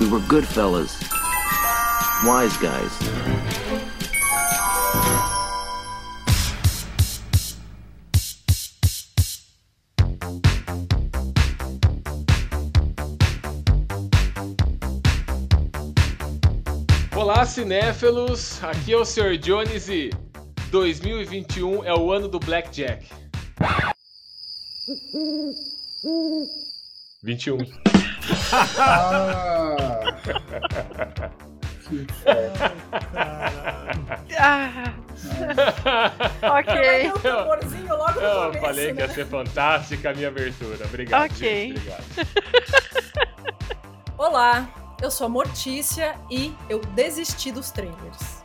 We were good fellas. Wise guys. Olá, cinéfilos! Aqui é o Sr. Jones e 2021 é o ano do Blackjack. 21. Ok. Um tamborzinho logo no Eu começo, falei que né? ia ser fantástica a minha abertura. Obrigado. Ok. Gente, obrigado. Olá, eu sou a Mortícia e eu desisti dos trailers.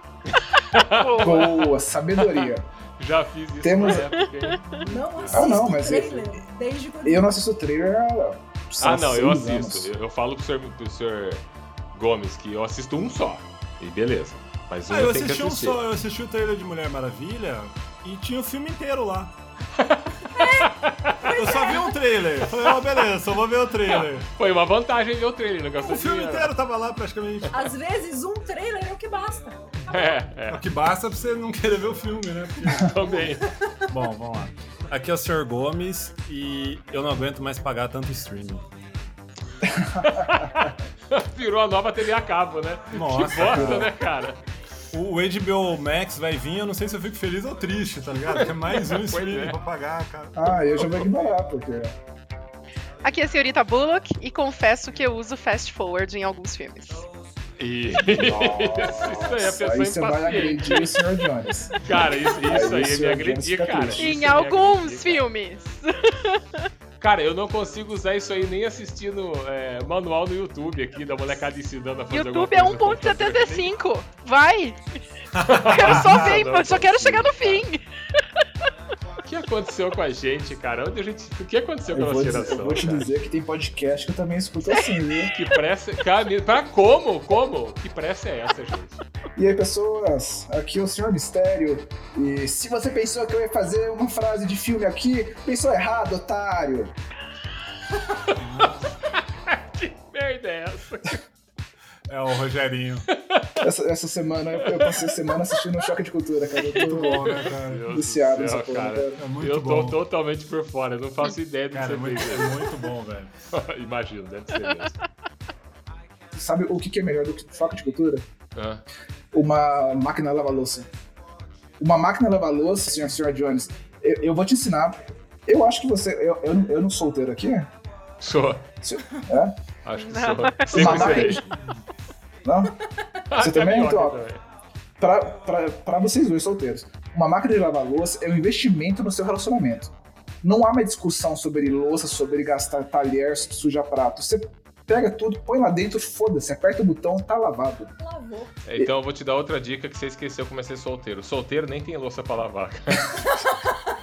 Boa, sabedoria. Já fiz isso Temos- na época, hein? Não assisto não, mas trailer desde quando... Eu não assisto o trailer há Ah, não, eu 6 anos. assisto. Eu falo pro senhor Gomes que eu assisto um só. E beleza. Mas um eu eu tenho que assisti um assistir. só, eu assisti o trailer de Mulher Maravilha e tinha o filme inteiro lá. Eu só vi um trailer. Falei, beleza, só vou ver o trailer. Foi uma vantagem ver o trailer, não gastou O filme dinheiro. inteiro tava lá praticamente. Às vezes um trailer é o que basta. É, O que basta pra você não querer ver o filme, né? Porque... também. Bom, vamos lá. Aqui é o Sr. Gomes e eu não aguento mais pagar tanto streaming. Virou a nova TV a cabo, né? Nossa, Que bosta, cara. né, cara? O HBO Max vai vir, eu não sei se eu fico feliz ou triste, tá ligado? Porque é mais um streaming é. pra pagar, cara. Ah, eu já vou ignorar, porque... Aqui é a senhorita Bullock e confesso que eu uso fast forward em alguns filmes. E... isso aí, a Nossa, pessoa aí você vai impaciente. agredir o Sr. Jones. Cara, isso aí é me senhor agredir, Jones fica cara. triste. Isso Em me alguns agredir, filmes. Cara, eu não consigo usar isso aí nem assistindo manual no YouTube aqui, da molecada ensinando a fazer YouTube é alguma coisa. 1.75. Vai! Quero só ver, não, eu só quero chegar no fim. O que aconteceu com a gente, cara? O que aconteceu com a Eu nossa vou, geração, eu vou te cara? dizer que tem podcast que eu também escuto assim, viu? Que pressa... Cara, pra como? Como? Que pressa é essa, gente? E aí, pessoas, aqui é o Sr. Mistério. E se você pensou que eu ia fazer uma frase de filme aqui, pensou errado, otário. Que merda é essa? É o Rogerinho. Essa semana, eu passei a semana assistindo um Choque de Cultura, cara. Eu tô Bom, né, cara? Meu viciado Deus do nessa céu, porra, cara. cara. É muito Eu tô bom. totalmente por fora, eu não faço ideia do que Cara, você é fez. muito bom, velho. Imagino, deve ser mesmo. Sabe o que é melhor do que Choque de Cultura? Ah. Uma máquina lava-louça. Uma máquina lava-louça, Sr. Jones, eu vou te ensinar. Eu acho que você... Eu não sou solteiro aqui? Sou. É? Acho que Não. sou. Uma Sempre serei. máquina... Não? Você também? Minhoca Então, ó, também. pra vocês dois solteiros, uma máquina de lavar louça é um investimento no seu relacionamento. Não há mais discussão sobre louça, sobre gastar talher, sujar prato. Você pega tudo, põe lá dentro, foda-se, aperta o botão, tá lavado. Lavou. Então eu vou te dar outra dica que você esqueceu como é ser solteiro. Solteiro nem tem louça pra lavar, cara.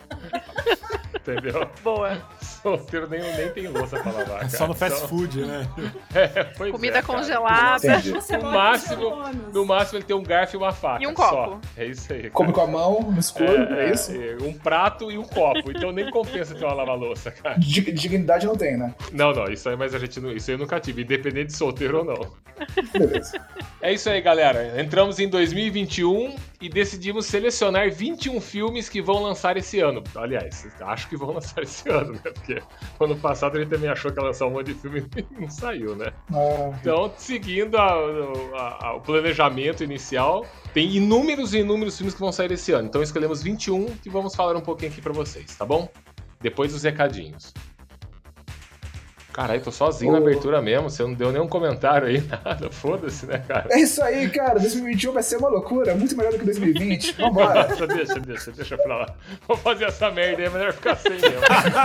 Entendeu? Boa. Solteiro nem tem louça pra lavar, cara. É só no fast Então, food, né? pois Comida é, cara. congelada. Entendi. Você No gosta máximo, de Jonas. no máximo ele tem um garfo e uma faca. E um Só. copo. É isso aí. Cara. Come com a mão, no escuro, é isso? Um prato e um copo. Então nem compensa ter uma lava-louça, cara. Dignidade não tem, né? Não, isso aí, mas a gente não, isso aí eu nunca tive, independente de solteiro ou não. Beleza. É isso aí, galera. Entramos em 2021 e decidimos selecionar 21 filmes que vão lançar esse ano. Aliás, acho que vão lançar esse ano, né? Porque ano passado a gente também achou que ia lançar um monte de filme e não saiu, né? Ah, Então, seguindo o planejamento inicial, tem inúmeros filmes que vão sair esse ano. Então escolhemos 21 que vamos falar um pouquinho aqui pra vocês, tá bom? Depois dos recadinhos. Caralho, tô sozinho na abertura mesmo, você não deu nenhum comentário aí, nada, foda-se, né, cara? é isso aí, cara. 2021 vai ser uma loucura, muito melhor do que 2020. Vambora. Nossa, deixa pra lá. Vou fazer essa merda aí, é melhor ficar sem mesmo.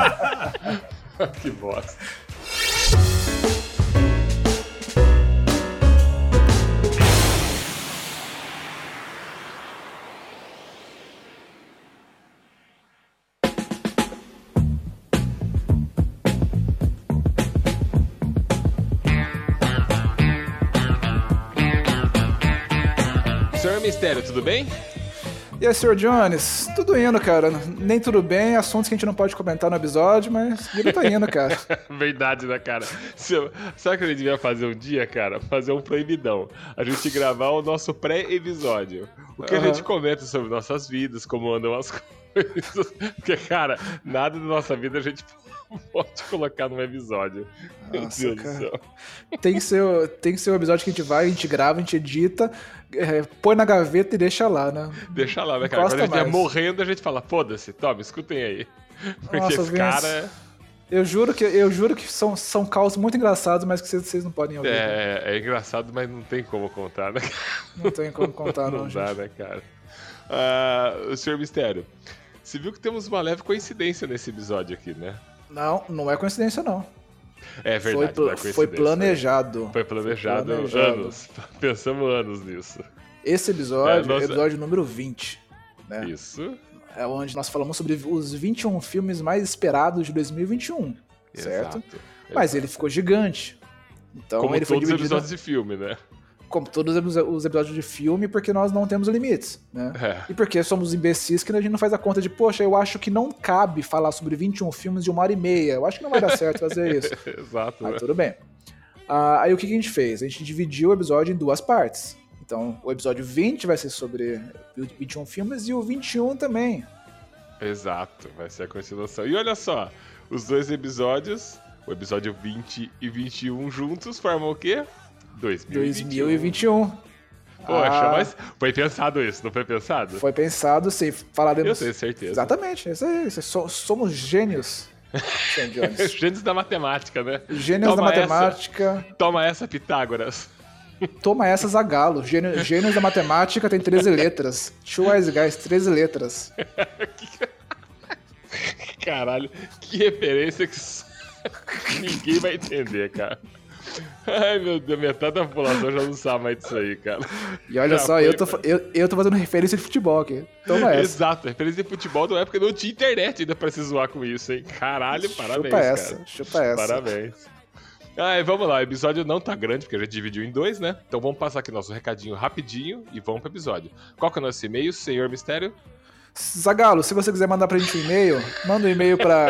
Que bosta. Senhor Mistério, tudo bem? E aí, Sr. Jones? Tudo indo, cara. Nem tudo bem, assuntos que a gente não pode comentar no episódio, mas tudo tá indo, cara. Verdade, né, cara? Sabe o que a gente devia fazer um dia, cara? Fazer um proibidão. A gente gravar o nosso pré-episódio. O que a gente comenta sobre nossas vidas, como andam as coisas. Porque, cara, nada da nossa vida a gente pode colocar num episódio. Nossa, Meu Deus cara. do céu. Tem que ser o episódio que a gente grava, a gente edita, põe na gaveta e deixa lá, né? Deixa lá, né, cara? Gosta Quando a gente mais. morrendo, a gente fala, foda-se, toma, escutem aí. Porque Nossa, esse Vince, cara... Eu juro que são causos muito engraçados, mas que vocês não podem ouvir. Né? É engraçado, mas não tem como contar, né? Não tem como contar, Não não, dá, gente. né, cara? O Sr. Mistério, você viu que temos uma leve coincidência nesse episódio aqui, né? Não é coincidência, não. É verdade, não é coincidência. Foi planejado. Foi planejado anos. Pensamos anos nisso. Esse episódio é o nossa- episódio número 20. Né? Isso. É onde nós falamos sobre os 21 filmes mais esperados de 2021, certo? Exato. Mas ele ficou gigante. Então Como ele foi todos os dividido episódios de filme, né? como todos os episódios de filme, porque nós não temos limites, né? É. E porque somos imbecis que a gente não faz a conta de, poxa, eu acho que não cabe falar sobre 21 filmes de 1h30. Eu acho que não vai dar certo fazer isso. Exato, Mas né? tudo bem. Aí o que a gente fez? A gente dividiu o episódio em duas partes. Então, o episódio 20 vai ser sobre 21 filmes e o 21 também. Exato, vai ser a continuação. E olha só, os dois episódios, o episódio 20 e 21 juntos, formam o quê? 2021. Poxa, mas foi pensado isso, não foi pensado? Foi pensado, sim. Falaremos. Eu tenho certeza. Exatamente, isso aí. Somos gênios, Sr. Jones. Gênios da matemática, né? Gênios Toma da matemática. Toma essa, Pitágoras. Toma essa, Zagalo. Gênios da matemática tem 13 letras. Two Wise Guys, 13 letras. Caralho, que referência que ninguém vai entender, cara. Ai, meu Deus, metade da população já não sabe mais disso aí, cara. E olha Já só, foi, eu tô fazendo referência de futebol aqui. Toma essa. Exato, referência de futebol da época não tinha internet ainda pra se zoar com isso, hein? Caralho, parabéns, Chupa essa, cara. chupa essa. Parabéns. E vamos lá, o episódio não tá grande, porque a gente dividiu em dois, né? Então vamos passar aqui nosso recadinho rapidinho e vamos pro episódio. Qual que é o nosso e-mail, Senhor Mistério? Zagalo, se você quiser mandar pra gente um e-mail, manda um e-mail pra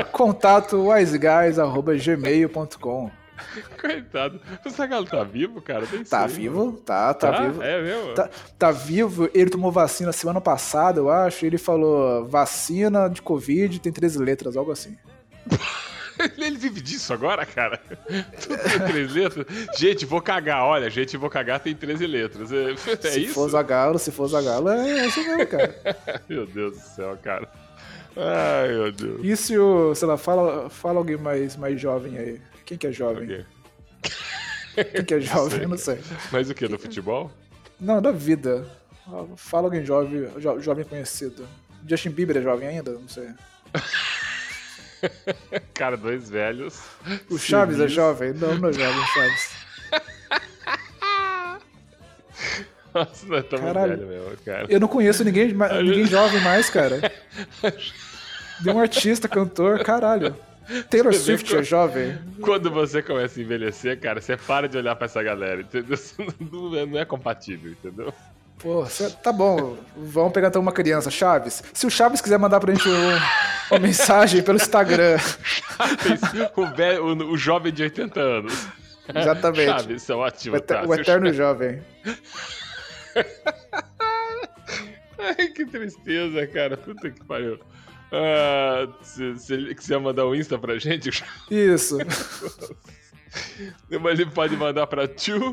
contato.wiseguys@gmail.com. Coitado. O Zagalo tá vivo, cara? Nem Tá sei. vivo? Tá vivo. É mesmo? Tá vivo, ele tomou vacina semana passada, eu acho, e ele falou vacina de Covid, tem 13 letras, algo assim. Ele vive disso agora, cara? Tudo tem 13 letras? Gente, vou cagar. Olha, gente, vou cagar tem 13 letras. É Se isso? for Zagalo, é isso mesmo, cara. Meu Deus do céu, cara. Ai, meu Deus. E se o, sei lá, fala alguém mais jovem aí. Quem que é jovem? Ok. Quem que é jovem? Eu não sei. Mas o que, do futebol? Não, da vida. Fala alguém jovem conhecido. Justin Bieber é jovem ainda? Não sei. Cara, dois velhos. O Chaves é civis. jovem? Não é jovem, o Chaves. Nossa, nós estamos Caralho. velhos mesmo, cara. Eu não conheço ninguém jovem mais, cara. De um artista, cantor, caralho. Taylor Você vê Swift é jovem? Quando você começa a envelhecer, cara, você para de olhar pra essa galera, entendeu? Não é compatível, entendeu? Pô, tá bom. Vamos pegar então uma criança. Chaves. Se o Chaves quiser mandar pra gente uma mensagem pelo Instagram. O jovem de 80 anos. Exatamente. Chaves, isso é ótimo, tá? O eterno jovem. Ai, que tristeza, cara. Puta que pariu. Se ele quiser mandar um Insta pra gente, Isso. mas ele pode mandar pra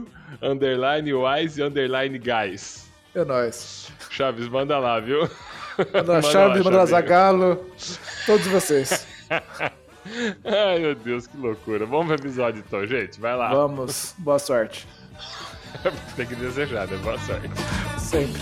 @wise_guys. É nóis. Chaves, manda lá, viu? Manda lá, Chaves, manda lá, Chavinho. Zagalo. Todos vocês. Ai, meu Deus, que loucura. Vamos pro episódio então, gente. Vai lá. Vamos. Boa sorte. Tem que desejar, né? Boa sorte. Sempre.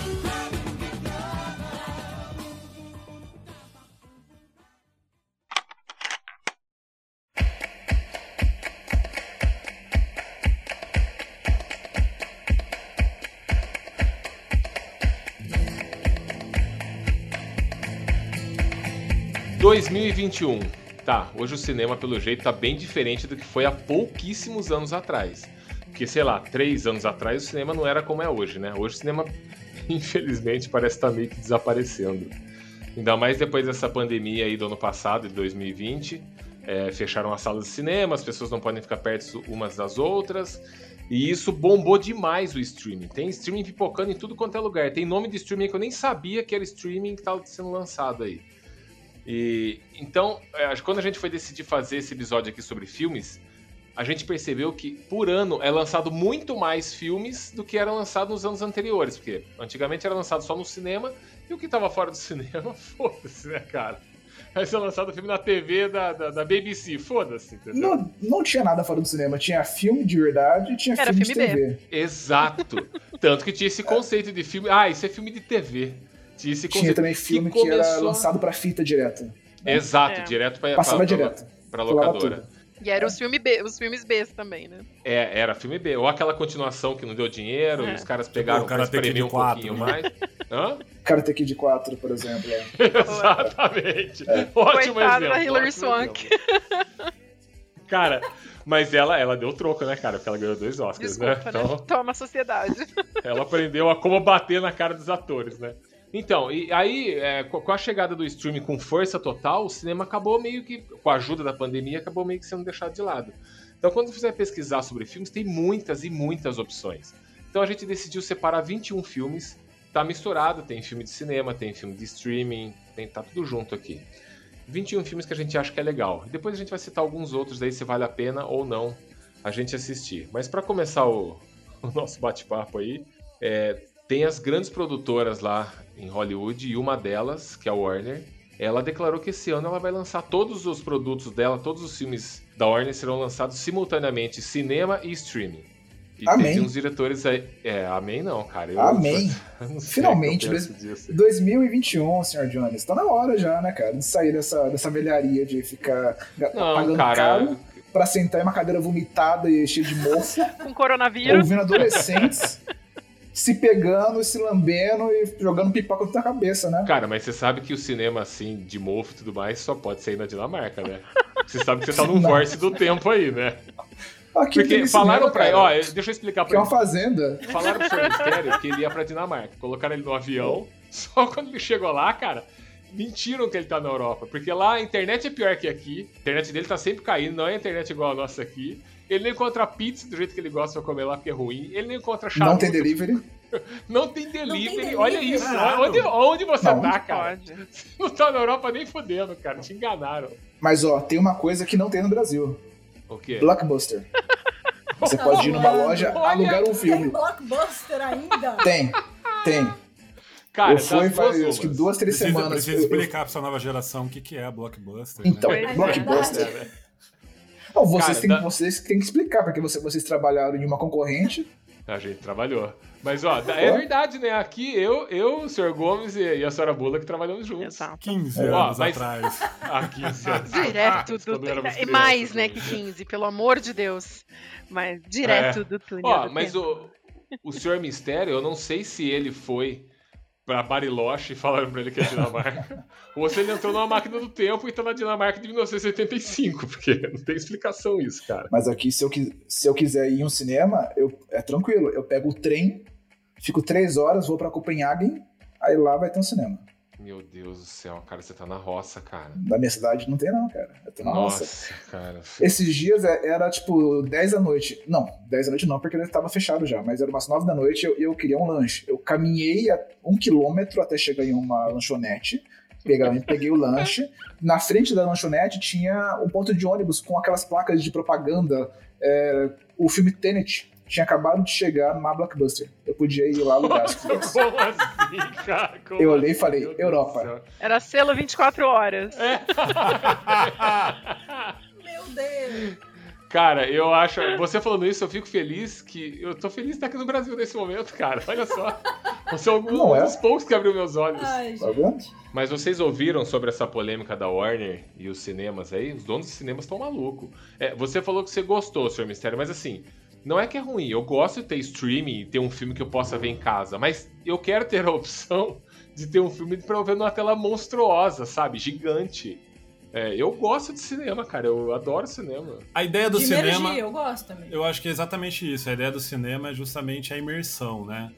– 2021. Tá, hoje o cinema, pelo jeito, tá bem diferente do que foi há pouquíssimos anos atrás. Porque, sei lá, 3 anos atrás o cinema não era como é hoje, né? Hoje o cinema infelizmente, parece estar meio que desaparecendo. Ainda mais depois dessa pandemia aí do ano passado, de 2020. Fecharam as salas de cinema, as pessoas não podem ficar perto umas das outras. E isso bombou demais o streaming. Tem streaming pipocando em tudo quanto é lugar. Tem nome de streaming que eu nem sabia que era streaming que estava sendo lançado aí. Então, quando a gente foi decidir fazer esse episódio aqui sobre filmes, a gente percebeu que, por ano, é lançado muito mais filmes do que era lançado nos anos anteriores. Porque antigamente era lançado só no cinema, e o que estava fora do cinema, foda-se, né, cara? Vai ser lançado filme na TV da BBC, foda-se, entendeu? Não tinha nada fora do cinema, tinha filme de verdade e tinha filme de TV. Exato. Tanto que tinha esse conceito de filme... isso é filme de TV. Tinha também filme que era lançado pra fita direto. Né? Exato, direto Passava direto. Pra locadora. E eram os filmes B também, né? Era filme B. Ou aquela continuação que não deu dinheiro, e os caras pegaram pra espremer um pouquinho mais. Hã? Karate Kid 4, por exemplo. Exatamente. Ótimo Coitada exemplo. da Hilary Swank. Cara, mas ela deu troco, né, cara? Porque ela ganhou 2 Oscars, Desculpa, né? Então, Toma, sociedade. ela aprendeu a como bater na cara dos atores, né? Então, e aí, com a chegada do streaming com força total, o cinema acabou meio que, com a ajuda da pandemia, acabou meio que sendo deixado de lado. Então, quando você vai pesquisar sobre filmes, tem muitas e muitas opções. Então, a gente decidiu separar 21 filmes, tá misturado, tem filme de cinema, tem filme de streaming, tá tudo junto aqui. 21 filmes que a gente acha que é legal. Depois a gente vai citar alguns outros daí, se vale a pena ou não a gente assistir. Mas para começar o nosso bate-papo aí, tem as grandes produtoras lá em Hollywood, e uma delas, que é a Warner, ela declarou que esse ano ela vai lançar todos os produtos dela, todos os filmes da Warner serão lançados simultaneamente, cinema e streaming. E amém. Tem uns diretores aí... amém não, cara. Amém. Finalmente, 2021, Sr. Jones. Tá na hora já, né, cara, de sair dessa velharia de ficar pagando caro pra sentar em uma cadeira vomitada e cheia de mofo. Com coronavírus. Ouvindo adolescentes... se pegando, se lambendo e jogando pipoca na tua cabeça, né? Cara, mas você sabe que o cinema, assim, de mofo e tudo mais, só pode sair na Dinamarca, né? Você sabe que você tá num vórtice do tempo aí, né? Aqui porque falaram pra ele, deixa eu explicar pra ele. Que é uma fazenda. Falaram pro Sr. Mistério que ele ia pra Dinamarca. Colocaram ele no avião, só quando ele chegou lá, cara, mentiram que ele tá na Europa. Porque lá a internet é pior que aqui, a internet dele tá sempre caindo, não é a internet igual a nossa aqui. Ele não encontra pizza do jeito que ele gosta pra comer lá, porque é ruim. Ele não encontra charuto. Não tem delivery. Não tem delivery. Olha isso. Onde você tá, cara? Você não tá na Europa nem fudendo, cara. Te enganaram. Mas, tem uma coisa que não tem no Brasil. O quê? Blockbuster. Você pode ir numa loja, alugar um filme. Tem Blockbuster ainda? Tem. Cara, eu fui faz acho que 2, 3 semanas. Precisa explicar pra sua nova geração o que é Blockbuster. Então, né? Blockbuster. Não, vocês têm que explicar, porque vocês trabalharam em uma concorrente. A gente trabalhou. Mas, é verdade, né? Aqui, eu, o Sr. Gomes e a Sra. Bullock trabalhamos juntos. Exato. 15 anos atrás. Há 15 anos. Direto do... E mais, né, que 15, pelo amor de Deus. Mas direto do túnel do mas tempo. o Sr. Mistério, eu não sei se ele foi pra Bariloche e falaram pra ele que é Dinamarca, ou se ele entrou numa máquina do tempo e tá na Dinamarca de 1985, porque não tem explicação isso, cara. Mas aqui, se eu quiser ir em um cinema, é tranquilo. Eu pego o trem, fico 3 horas, vou pra Copenhagen, aí lá vai ter um cinema. Meu Deus do céu, cara, você tá na roça, cara. Na minha cidade não tem não, cara. Eu tô na roça. Nossa, cara. Esses dias era tipo 10 da noite. Não, 10 da noite não, porque ele tava fechado já. Mas era umas 9 da noite e eu queria um lanche. Eu caminhei 1 quilômetro até chegar em uma lanchonete. Peguei o lanche. Na frente da lanchonete tinha um ponto de ônibus com aquelas placas de propaganda. O filme Tenet tinha acabado de chegar numa Blockbuster. Eu podia ir lá alugar. Como assim, cara? Eu olhei e falei, Europa. Era selo 24 horas. Meu Deus. Cara, eu acho... Você falando isso, eu fico feliz que... Eu tô feliz de estar aqui no Brasil nesse momento, cara. Olha só. Você é um dos poucos que abriu meus olhos. Ai, Tá vendo? Mas vocês ouviram sobre essa polêmica da Warner e os cinemas aí? Os donos dos cinemas estão malucos. Você falou que você gostou, Sr. Mistério, mas assim... Não é que é ruim, eu gosto de ter streaming e ter um filme que eu possa ver em casa, mas eu quero ter a opção de ter um filme pra eu ver numa tela monstruosa, sabe? Gigante. Eu gosto de cinema, cara, eu adoro cinema. A ideia do de cinema... emergir, eu gosto também. Eu acho que é exatamente isso, a ideia do cinema é justamente a imersão, né?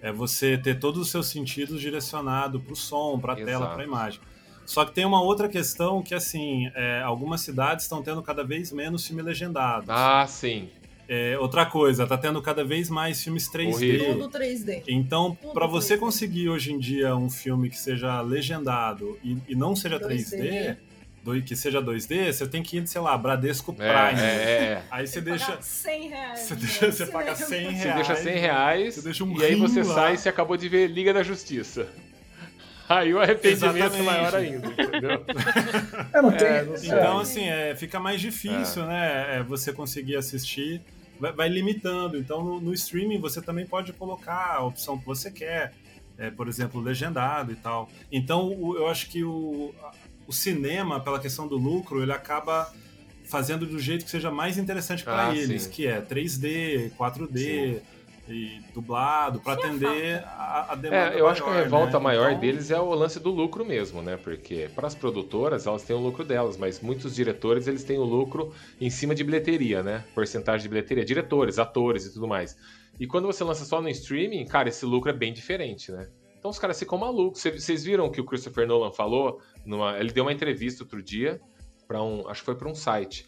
é você ter todos os seus sentidos direcionados para o som, para a tela, para a imagem. Só que tem uma outra questão que, assim, algumas cidades estão tendo cada vez menos filmes legendados. Ah, sim. Outra coisa, tá tendo cada vez mais filmes 3D. Horrível. Tudo 3D. Então, Tudo para você 3D. conseguir hoje em dia um filme que seja legendado e não seja 3D, que seja 2D, você tem que ir, sei lá, Bradesco Prime. Aí você deixa... Pagar R$100. Você paga R$100. Você deixa R$100 você deixa um e aí você rim lá. sai e você acabou de ver Liga da Justiça. Aí o arrependimento Exatamente. é maior ainda, entendeu? Não tem. Então, assim, fica mais difícil, né? Você conseguir assistir, vai limitando. Então, no streaming, você também pode colocar a opção que você quer, por exemplo, legendado e tal. Então, eu acho que o cinema, pela questão do lucro, ele acaba fazendo do jeito que seja mais interessante para eles, sim. que é 3D, 4D... e dublado, para atender a demanda Eu acho que a maior, revolta né? maior Então, deles é o lance do lucro mesmo, né? Porque para as produtoras, elas têm o lucro delas, mas muitos diretores, eles têm o lucro em cima de bilheteria, né? Porcentagem de bilheteria. Diretores, atores e tudo mais. E quando você lança só no streaming, cara, esse lucro é bem diferente, né? Então os caras ficam malucos. Vocês viram o que o Christopher Nolan falou? Ele deu uma entrevista outro dia, acho que foi para um site.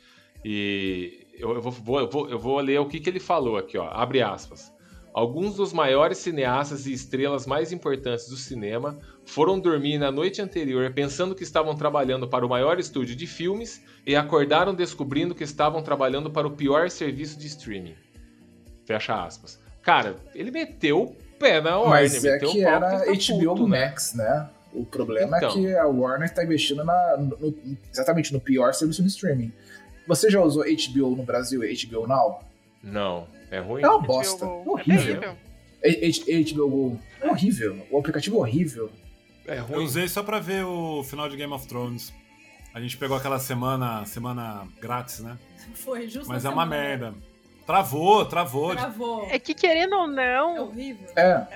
E eu vou ler o que ele falou aqui, ó. Abre aspas. Alguns dos maiores cineastas e estrelas mais importantes do cinema foram dormir na noite anterior pensando que estavam trabalhando para o maior estúdio de filmes e acordaram descobrindo que estavam trabalhando para o pior serviço de streaming. Fecha aspas. Cara, ele meteu o pé na Warner. Mas meteu que o pau era porque tá HBO puto, né? Max, né? O problema Então. é que a Warner está investindo exatamente no pior serviço de streaming. Você já usou HBO no Brasil e HBO Now? Não, é ruim? É uma bosta. HBO. Horrível. É terrível. HBO Go é horrível. O aplicativo é horrível. É eu ruim. usei só pra ver o final de Game of Thrones. A gente pegou aquela semana grátis, né? Foi justo. Mas na é uma semana. merda. Travou. Travou. É que querendo ou É não, horrível.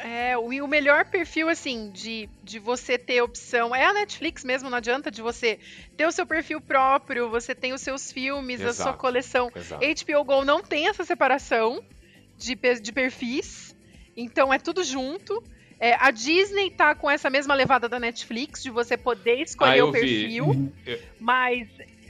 o melhor perfil, assim, de você ter opção é a Netflix mesmo, não adianta de você ter o seu perfil próprio, você tem os seus filmes, a sua Exato. coleção. Exato. HBO Go não tem essa separação de perfis, então é tudo junto. A Disney tá com essa mesma levada da Netflix, de você poder escolher eu o vi. perfil, mas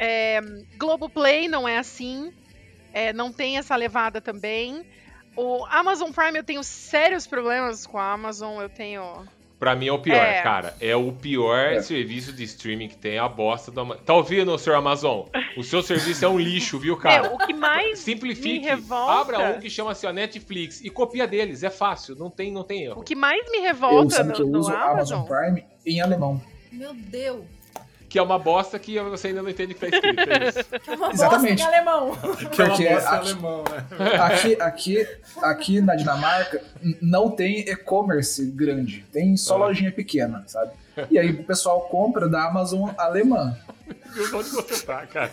Globoplay não é assim. Não tem essa levada também. O Amazon Prime, eu tenho sérios problemas com a Amazon. Pra mim é o pior, cara. É o pior serviço de streaming que tem, a bosta do Amazon. Tá ouvindo, senhor Amazon? O seu serviço é um lixo, viu, cara? O que mais Simplifique. me revolta... Abra um que chama assim, ó, Netflix e copia deles. É fácil, não tem erro. O que mais me Eu revolta que eu no uso Amazon... Amazon Prime em alemão. Meu Deus. Que é uma bosta que você ainda não entende o que tá escrito. É isso. Que é uma Exatamente. bosta em alemão. Que é uma Porque bosta aqui- alemão, né? Aqui na Dinamarca não tem e-commerce grande, tem só lojinha pequena, sabe? E aí o pessoal compra da Amazon alemã. Viu onde você tá, cara?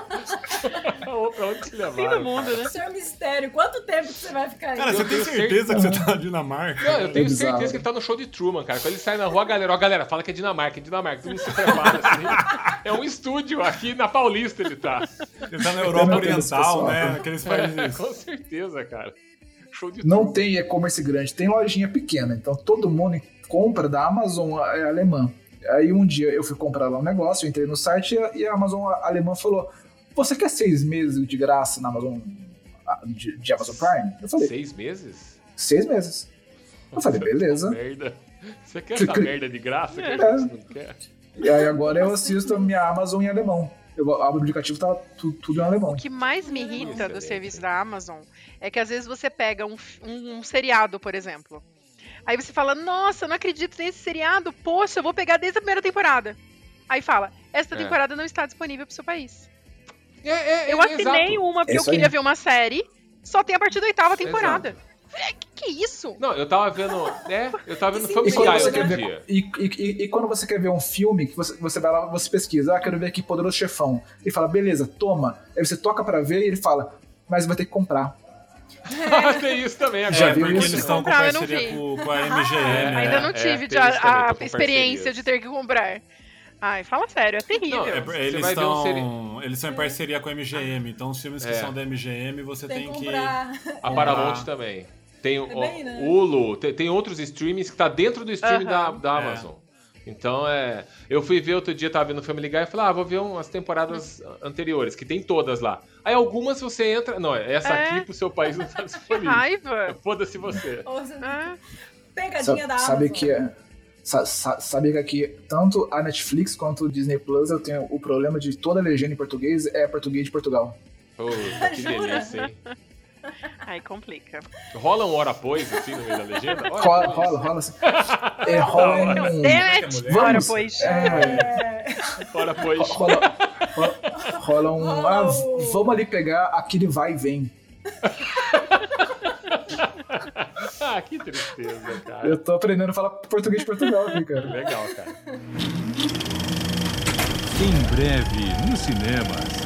Pra onde te Fim levaram? do mundo, né? Isso é um mistério. Quanto tempo que você vai ficar aí? Cara, você Eu tem tenho certeza que você tá na Dinamarca? Não, eu tenho bizarro. certeza que ele tá no show de Truman, cara. Quando ele sai na rua, galera, fala que é Dinamarca. Todo mundo se prepara, assim. É um estúdio, aqui na Paulista ele tá. Ele tá na Europa Não, Oriental, pessoal. né? Aqueles países. Com certeza, cara. Show de Não Truman. tem e-commerce grande, tem lojinha pequena. Então todo mundo compra da Amazon alemã. Aí um dia eu fui comprar lá um negócio, eu entrei no site e a Amazon alemã falou: você quer 6 meses de graça na Amazon de Amazon Prime? Eu falei, 6 meses? 6 meses. Eu falei, beleza. Merda. Você quer Você essa cri- merda de graça? Que É. você não quer? E aí agora eu assisto a minha Amazon em alemão. O aplicativo tá tudo em alemão. O que mais me irrita do Excelente. serviço da Amazon é que às vezes você pega um seriado, por exemplo. Aí você fala, nossa, eu não acredito nesse seriado. Poxa, eu vou pegar desde a primeira temporada. Aí fala, essa temporada não está disponível pro seu país. Eu assinei uma porque É eu isso aí. queria ver uma série, só tem a partir da 8ª temporada. Falei, que isso? Não, eu tava vendo. Eu tava vendo E Family quando, Guy você outro quer dia. ver, e quando você quer ver um filme, que você vai lá, você pesquisa, quero ver aqui Poderoso Chefão. Ele fala, beleza, toma. Aí você toca pra ver e ele fala, mas vai ter que comprar. Tem isso também agora. Já viu Porque isso? eles estão com Comprar, eu não parceria vi. com a MGM. Ainda não é, tive tem isso também, a tô com experiência parcerias. de ter que comprar. Ai, fala sério, é terrível. Não, É, Você eles vai ver eles são em parceria com a MGM, então os filmes que É. são da MGM você Tem tem que que... comprar. A Paramount também. Tem o bem, né? Hulu, tem outros streamings que tá dentro do streaming da Amazon. Então, eu fui ver outro dia, tava vendo Family Guy e falei, vou ver umas temporadas anteriores, que tem todas lá. Aí algumas você entra, não, essa aqui pro seu país não tá disponível. Que raiva! Foda-se você. Pegadinha da Sabe Amazon. que sabe que aqui, tanto a Netflix quanto o Disney Plus, eu tenho o problema de toda a legenda em português é português de Portugal. Puta, que delícia, hein? Aí complica. Rola um hora após, assim, no meio da legenda? Rola assim. Rola um... Damn Bora, pois. Hora após. Rola um... vamos ali pegar aquele vai e vem. Que tristeza, cara. Eu tô aprendendo a falar português de Portugal aqui, cara. Legal, cara. Em breve, nos cinemas.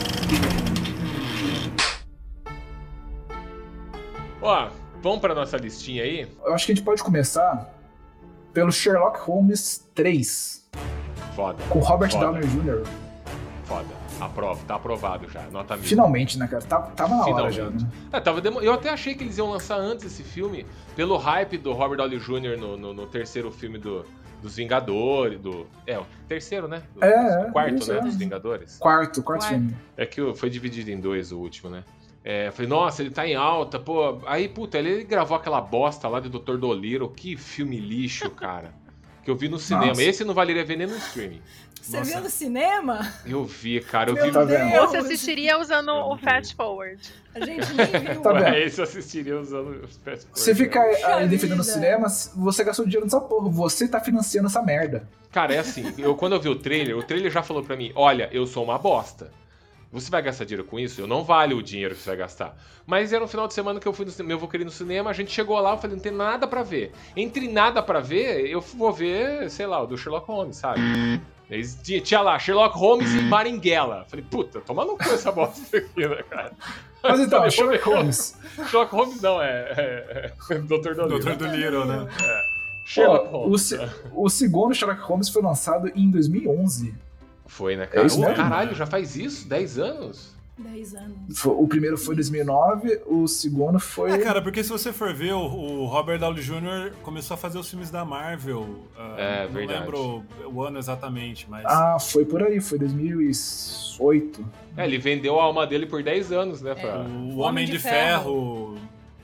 Ó, vamos pra nossa listinha aí? Eu acho que a gente pode começar pelo Sherlock Holmes 3. Foda. Com Robert Foda. Downey Jr. Foda. Tá aprovado já. Nota 1000. Finalmente, né, cara? Tava na hora já, Finalmente. né? Eu até achei que eles iam lançar antes esse filme, pelo hype do Robert Downey Jr. no terceiro filme dos Vingadores. O terceiro, né? Quarto, isso, né? Dos Vingadores. Quarto filme. É que foi dividido em dois o último, né? Falei, nossa, ele tá em alta, pô. Aí, puta, ele gravou aquela bosta lá de Dr. Dolittle. Que filme lixo, cara. Que eu vi no cinema. Nossa. Esse não valeria ver nem no streaming. Você viu no cinema? Eu vi, cara. Eu Meu vi. Tá vendo? Deus. Você assistiria usando o fast forward. A gente nem viu. Tá vendo? Esse eu assistiria usando o fast forward. Você fica Puxa aí defendendo o vida. cinema, você gastou dinheiro nessa porra. Você tá financiando essa merda. Cara, é assim. Quando eu vi o trailer já falou pra mim: olha, eu sou uma bosta. Você vai gastar dinheiro com isso? Eu não vale o dinheiro que você vai gastar. Mas era no final de semana que eu fui no cinema, eu vou querer ir no cinema, a gente chegou lá, eu falei, não tem nada pra ver. Entre nada pra ver, eu vou ver, sei lá, o do Sherlock Holmes, sabe? Tinha lá, Sherlock Holmes e Maringuela. Falei, puta, toma no cu essa bosta aqui, né, cara? Mas então, Falei, Sherlock vou ver. Holmes. Sherlock Holmes não, é Dr. Dolittle. Dr. Dolittle, né? Sherlock Pô, Holmes. o segundo Sherlock Holmes foi lançado em 2011. Foi, né, cara? isso mesmo? Caralho, já faz isso? 10 anos? 10 anos. O primeiro foi em 2009, o segundo foi... Cara, porque se você for ver, o Robert Downey Jr. começou a fazer os filmes da Marvel. Não verdade. lembro o ano exatamente, mas... foi por aí, foi 2008. Ele vendeu a alma dele por 10 anos, né? O Homem de Ferro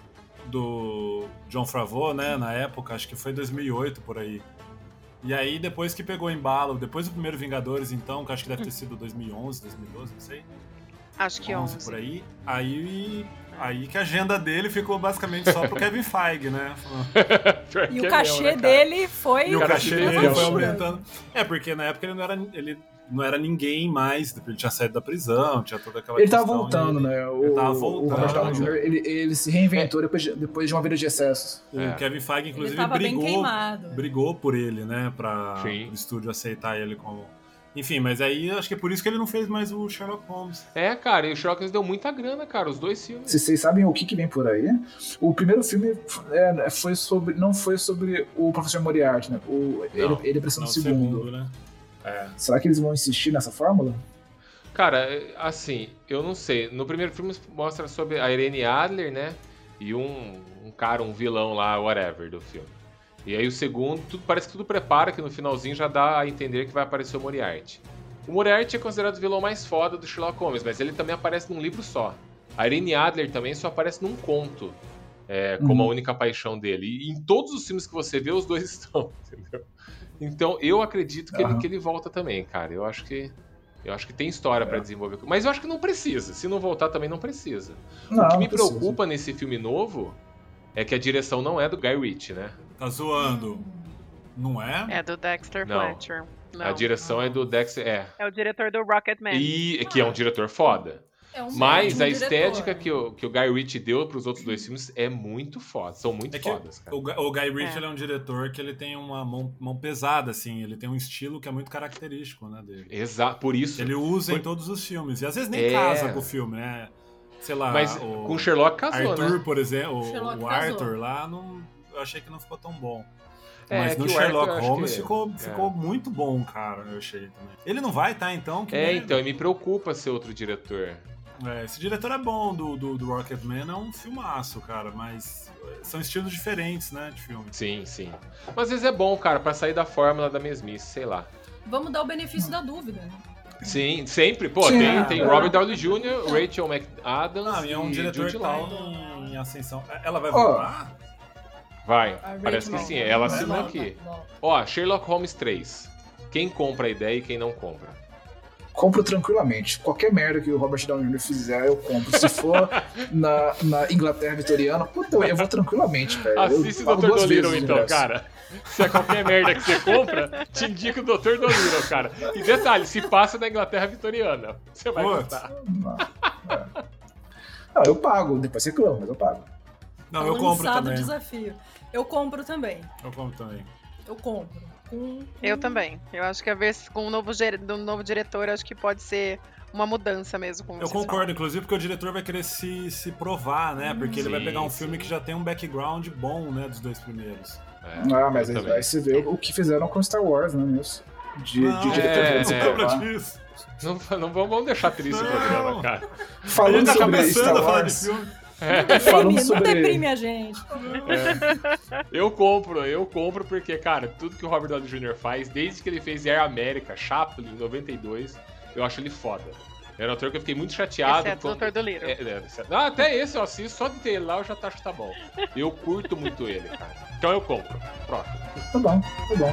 do John Favreau, né, na época, acho que foi 2008, por aí. E aí, depois que pegou embalo, depois do primeiro Vingadores, então, que acho que deve ter sido 2011, 2012, não sei. Acho que 11. Por aí. Aí que a agenda dele ficou basicamente só pro Kevin Feige, né? E o cachê dele foi... E o cachê dele foi loucura. aumentando. Porque na época ele não era ninguém mais, ele tinha saído da prisão, tinha toda aquela Ele questão. tava voltando, né? Ele tava voltando. O Robert Downey Jr., ele se reinventou depois de uma vida de excessos. O Kevin Feige, inclusive, Ele tava bem queimado. brigou por ele, né? Pra o estúdio aceitar ele como... Enfim, mas aí acho que é por isso que ele não fez mais o Sherlock Holmes. Cara, e o Sherlock Holmes deu muita grana, cara, os dois filmes. Vocês sabem o que vem por aí? O primeiro filme não foi sobre o professor Moriarty, né? Ele apareceu no segundo. Né? Será que eles vão insistir nessa fórmula? Cara, assim, eu não sei. No primeiro filme mostra sobre a Irene Adler, né? E um cara, um vilão lá, whatever, do filme. E aí o segundo, parece que tudo prepara que no finalzinho já dá a entender que vai aparecer o Moriarty. O Moriarty é considerado o vilão mais foda do Sherlock Holmes, mas ele também aparece num livro só. A Irene Adler também só aparece num conto, como a única paixão dele. E em todos os filmes que você vê, os dois estão, entendeu? Então eu acredito que ele volta também, cara. Eu acho que tem história pra desenvolver. Mas eu acho que não precisa. Se não voltar, também não precisa. O que me preocupa nesse filme novo é que a direção não é do Guy Ritchie, né? Tá zoando. Não é? É do Dexter Não. Fletcher. Não. A direção é do Dexter. É o diretor do Rocketman. E que é um diretor foda. É um Mas ótimo a estética diretor. que o Guy Ritchie deu pros outros dois filmes é muito foda. São muito fodas, cara. O Guy Ritchie ele é um diretor que ele tem uma mão pesada, assim. Ele tem um estilo que é muito característico, né, dele. Exato, por isso. Ele usa em todos os filmes. E às vezes nem casa com o filme, né? Sei lá, Mas com o Sherlock casou, Arthur, né? por exemplo, Sherlock o casou. Arthur lá, eu achei que não ficou tão bom. É, Mas que no o Arthur, Sherlock eu acho Holmes que- ficou muito bom, cara, eu achei também. Ele não vai, tá, então? Que merda. Então, e me preocupa ser outro diretor. Esse diretor é bom do Rocketman, é um filmaço, cara, mas são estilos diferentes, né, de filme. Sim, sim. Mas às vezes é bom, cara, pra sair da fórmula da mesmice, sei lá. Vamos dar o benefício da dúvida, né? Sim, sempre. Pô, Sim, tem Robert Downey Jr., Rachel McAdams E é um diretor Jude que tá Law. em ascensão. Ela vai voltar? Vai, A parece que Rachel sim. Ela Volta, assinou aqui. Ó, Sherlock Holmes 3. Quem compra a ideia e quem não compra? Compro tranquilamente. Qualquer merda que o Robert Downey Jr. fizer, eu compro. Se for na Inglaterra vitoriana, puta, eu vou tranquilamente, velho. Assiste o Dr. Dolittle, então, cara. Se é qualquer merda que você compra, te indica o Dr. Dolittle, cara. E detalhe, se passa na Inglaterra vitoriana, você vai gostar. Não, eu pago. Depois você clama, mas eu pago. Não, eu compro Lançado também. desafio. Eu compro também. Eu compro também. Eu compro. Eu também. Eu acho que a vez com o novo diretor, acho que pode ser uma mudança mesmo. Como Eu vocês concordo, inclusive, porque o diretor vai querer se provar, né? Porque ele vai pegar um filme que já tem um background bom, né? Dos 2 primeiros. Mas aí você vê o que fizeram com Star Wars, né, mesmo? De diretor. Você lembra disso? Não vamos deixar triste o programa, cara. Falando tá sobre começando Star a falar de Wars, filme. Não deprime a gente. Eu compro porque, cara, tudo que o Robert Downey Jr. faz, desde que ele fez Air America, Chaplin, em 92, eu acho ele foda. Era um ator que eu fiquei muito chateado. Exceto o Dr. Dolittle. Até esse eu assisto, só de ter ele lá eu já acho que tá bom. Eu curto muito ele, cara. Então eu compro. Próximo. Tá bom.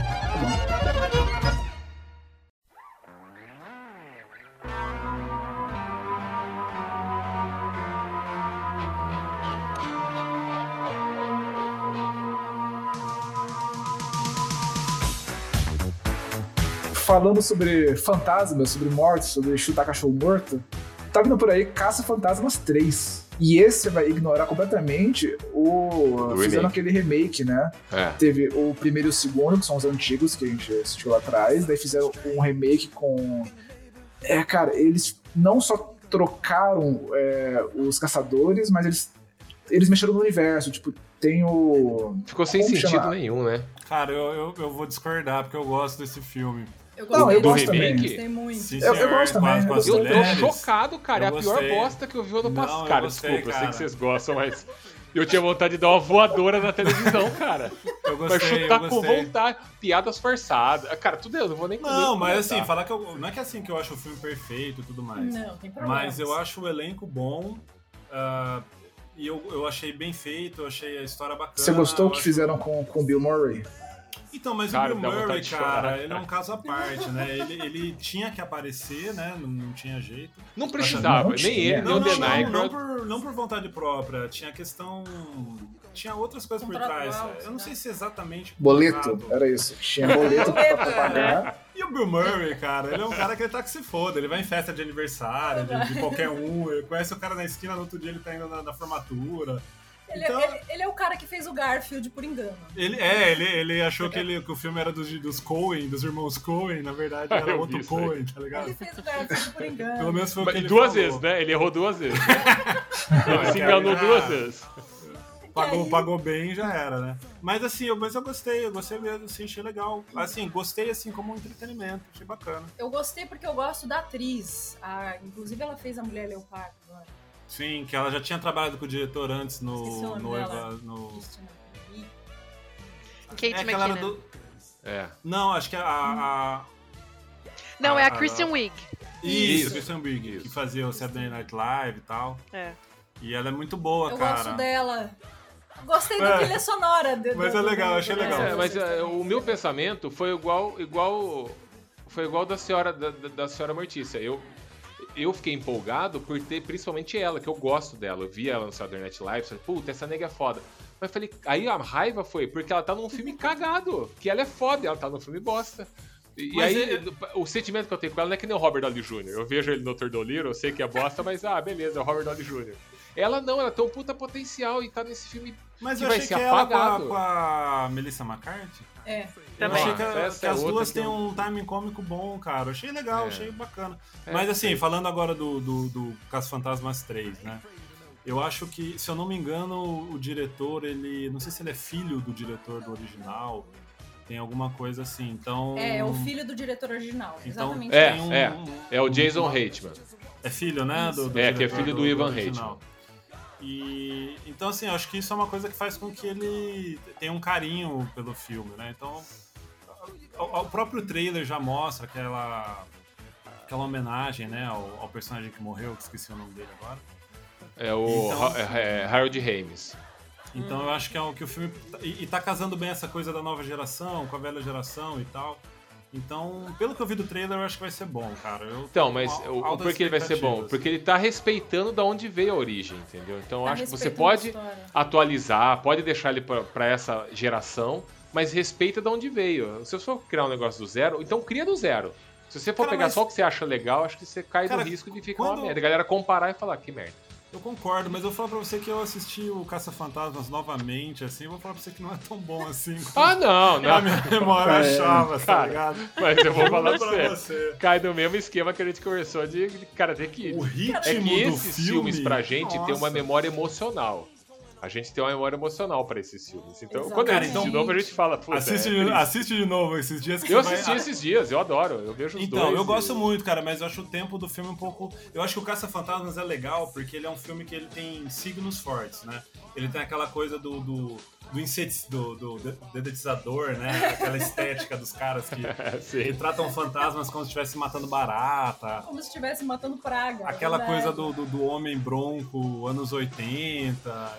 Falando sobre fantasmas, sobre mortes, sobre chutar cachorro morto, tá vindo por aí Caça-Fantasmas 3. E esse vai ignorar completamente fizeram aquele remake, né? Teve o primeiro e o segundo, que são os antigos que a gente assistiu lá atrás. Daí fizeram um remake com... cara, eles não só trocaram os caçadores, mas eles mexeram no universo. Tipo, tem o... Ficou sem sentido nenhum, né? Cara, eu vou discordar, porque eu gosto desse filme. Eu gosto também. Gostei muito. Sim, eu gosto também. Com as Eu tô mulheres. chocado, cara. É a pior gostei. bosta que eu vi ano passado. Não, Cara, gostei, desculpa, eu sei cara. que vocês gostam, mas eu tinha vontade de dar uma voadora na televisão, cara. Eu Mas gostei, chutar eu com gostei. vontade, piadas forçadas. Cara, tudo eu não vou nem Não, nem mas assim, comentar. falar que não é que assim que eu acho o filme perfeito e tudo mais. Não, tem problema. Mas eu acho o elenco bom. E eu achei bem feito, eu achei a história bacana. Você gostou eu que acho- fizeram com o Bill Murray? Então, mas Cara, o Bill dá vontade Murray, de cara, chorar, ele é um caso à parte, né? Ele tinha que aparecer, né? Não tinha jeito. Não precisava, Não nem ele, nem tinha. o Dan Aykroyd. Não por vontade própria. Tinha questão... Tinha outras coisas por trás. Contratual, Eu não sei se exatamente... Boleto, contrato. era isso. Tinha boleto pra pagar. E o Bill Murray, cara, ele é um cara que ele tá que se foda. Ele vai em festa de aniversário, de qualquer um. Ele conhece o cara na esquina, no outro dia ele tá indo na formatura. Então, Ele é o cara que fez o Garfield por engano. ele achou que o filme era dos Coen, dos irmãos Coen, na verdade era Eu outro vi isso aí. Coen, tá ligado? Ele fez o Garfield por engano. Pelo menos foi o que Mas ele duas falou. vezes, né? Ele errou 2 vezes. Ele se enganou 2 vezes. Pagou bem e já era, né? Mas assim, eu gostei mesmo, assim, achei legal. Assim, gostei assim como um entretenimento, achei bacana. Eu gostei porque eu gosto da atriz. Inclusive ela fez a Mulher Leopardo. Agora. Sim, que ela já tinha trabalhado com o diretor antes Esqueci o no nome dela. Noiva. Kate Que ela era McKinnon. Não, acho que Não, é a Kristen Wiig. Isso, Kristen Wiig, que fazia o Saturday Night Live e tal. É. E ela é muito boa, Eu cara. gosto dela. Gostei da trilha sonora. Mas é legal, achei legal. Mas o meu pensamento foi igual da senhora Mortícia. Eu fiquei empolgado por ter principalmente ela, que eu gosto dela. Eu vi ela no Saturday Night Live, falei, puta, essa nega é foda. Mas falei, aí a raiva foi porque ela tá num filme cagado, que ela é foda, ela tá num filme bosta. E aí, o sentimento que eu tenho com ela não é que nem o Robert Downey Jr. Eu vejo ele no Dr. Dolittle, eu sei que é bosta, mas beleza, é o Robert Downey Jr. Ela não, ela tem um puta potencial e tá nesse filme Mas que eu vai achei ser que ela apagado. com a Melissa McCarthy, É. eu Também. achei que Essa é as outra duas que têm eu- um timing cômico bom, cara. Eu achei legal, achei bacana. É, Mas assim, sim. falando agora do Caça-Fantasmas 3, né? Eu acho que, se eu não me engano, o diretor, ele... Não sei se ele é filho do diretor do original, Tem alguma coisa assim, então... É o filho do diretor original, Então, exatamente. É o Jason Reitman. É filho, né? Do que é diretor filho do Ivan Reitman. original. E então, assim, eu acho que isso é uma coisa que faz com que ele tenha um carinho pelo filme, né? Então, o próprio trailer já mostra aquela homenagem, né, ao personagem que morreu, que esqueci o nome dele agora. É o Harold Ramis. Então eu acho que é o que o filme... E tá casando bem essa coisa da nova geração com a velha geração e tal. Então, pelo que eu vi do trailer, eu acho que vai ser bom, cara. Então, mas por que ele vai ser bom? Porque ele tá respeitando da onde veio a origem, entendeu? Então, eu acho que você pode atualizar, pode deixar ele pra essa geração, mas respeita da onde veio. Se você for criar um negócio do zero, então cria do zero. Se você for pegar só o que você acha legal, acho que você cai no risco de ficar uma merda. A galera comparar e falar, que merda. Eu concordo, mas eu vou falar pra você que eu assisti o Caça-Fantasmas novamente, assim, eu vou falar pra você que não é tão bom assim. Não. A minha memória achava, tá ligado? Mas eu vou falar pra você. Cai no mesmo esquema que a gente conversou de Karate Kid. O ritmo é que esses do filmes pra gente tem uma memória emocional. A gente tem uma memória emocional pra esses filmes. Então, quando a gente assiste de novo, a gente fala, puta, assiste de novo esses dias que eu assisti esses dias, eu adoro, eu vejo os dois. Então, eu gosto muito, cara, mas eu acho o tempo do filme um pouco... Eu acho que o Caça-Fantasmas é legal, porque ele é um filme que ele tem signos fortes, né? Ele tem aquela coisa do dedetizador, né? Aquela estética dos caras que tratam fantasmas como se estivesse matando barata. Como se estivesse matando praga. Aquela coisa do homem bronco, anos 80.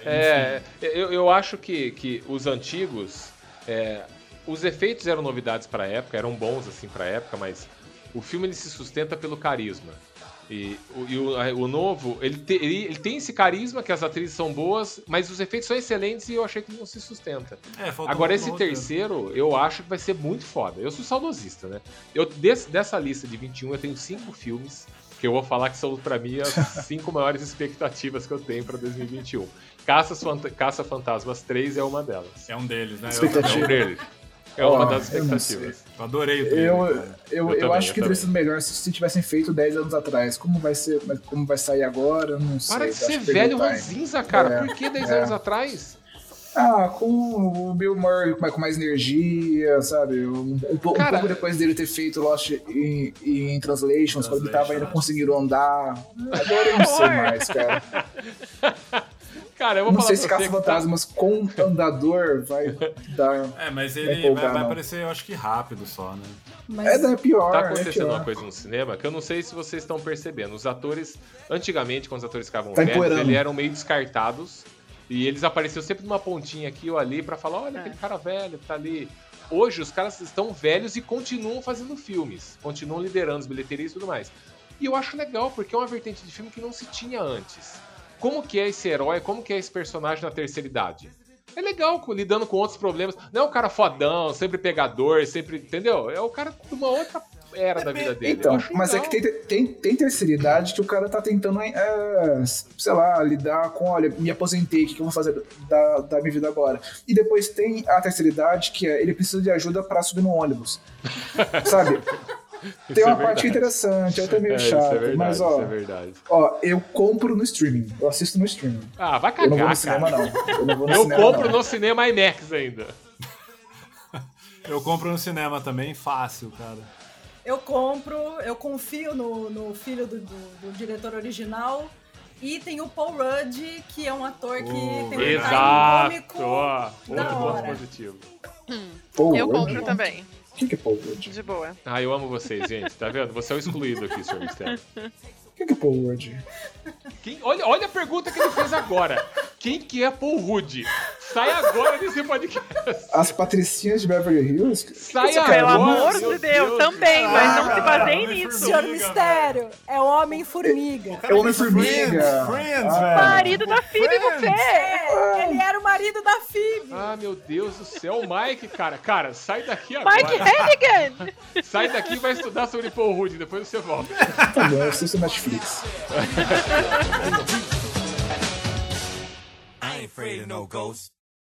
Eu acho que os antigos, os efeitos eram novidades pra época, eram bons assim pra época, mas o filme ele se sustenta pelo carisma. E o novo, ele tem esse carisma, que as atrizes são boas, mas os efeitos são excelentes e eu achei que não se sustenta. Agora, esse terceiro, eu acho que vai ser muito foda. Eu sou saudosista, né? Dessa lista de 21, eu tenho 5 filmes que eu vou falar que são, pra mim, as 5 maiores expectativas que eu tenho pra 2021. Caça-Fantasmas 3 é uma delas. É um deles, né? Expectativa. É um deles. É uma das expectativas. Eu adorei o trailer. Eu acho que teria sido melhor se tivessem feito 10 anos atrás. Como vai sair agora, não sei. Para de ser velho ranzinza, cara. Por que 10 anos atrás? Com o Bill Murray com mais energia, sabe? Um pouco depois dele ter feito Lost in Translations, quando ele tava ainda conseguindo andar. Agora eu não sei mais, cara. Cara, eu vou falar sei se Caça-Fantasmas com andador vai dar. Mas ele vai aparecer, eu acho que rápido só, né? Mas é pior. Tá acontecendo uma coisa no cinema que eu não sei se vocês estão percebendo. Os atores, antigamente, quando os atores ficavam velhos, eles eram meio descartados. E eles apareciam sempre numa pontinha aqui ou ali pra falar, olha aquele cara velho que tá ali. Hoje os caras estão velhos e continuam fazendo filmes. Continuam liderando as bilheterias e tudo mais. E eu acho legal, porque é uma vertente de filme que não se tinha antes. Como que é esse herói, como que é esse personagem na terceira idade? É legal, lidando com outros problemas. Não é o cara fodão, sempre pegador, sempre... Entendeu? É o cara de uma outra era da vida dele. Então, mas legal. É que tem terceira idade que o cara tá tentando, sei lá, lidar com, olha, me aposentei, o que eu vou fazer da minha vida agora? E depois tem a terceira idade que ele precisa de ajuda pra subir no ônibus. Sabe? Tem uma parte interessante, outra meio chata, mas eu compro no streaming, eu assisto no streaming. Vai cagar, eu não vou no cinema, não. Eu compro no cinema IMAX ainda. Eu compro no cinema também, fácil, cara. Eu confio no filho do diretor original. E tem o Paul Rudd, que é um ator que tem um timing cômico da hora. Positivo. Eu compro também. O que é Paul Rudd? De boa. Eu amo vocês, gente. Tá vendo? Você é o excluído aqui, Sr. Mistério. O que é Paul Rudd? Olha a pergunta que ele fez agora. Quem que é Paul Rudd? Sai agora desse podcast. As Patricinhas de Beverly Hills? Sai agora. Pelo amor de Deus, também, mas não se baseiem nisso. Senhor Mistério, é o Homem-Formiga. É o Homem-Formiga. Marido da Phoebe Buffet. Ele era o marido da Phoebe. Meu Deus do céu. O Mike, cara. Cara, sai daqui agora. Mike Hannigan. Sai daqui e vai estudar sobre Paul Rudd. Depois você volta. Tá bom, eu assisto Netflix. I ain't afraid of no ghosts.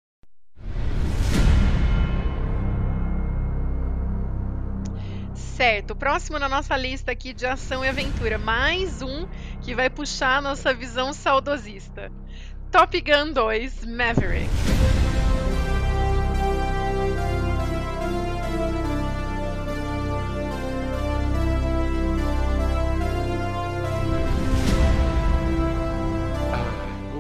Certo, próximo na nossa lista aqui de ação e aventura, mais um que vai puxar a nossa visão saudosista. Top Gun 2 Maverick.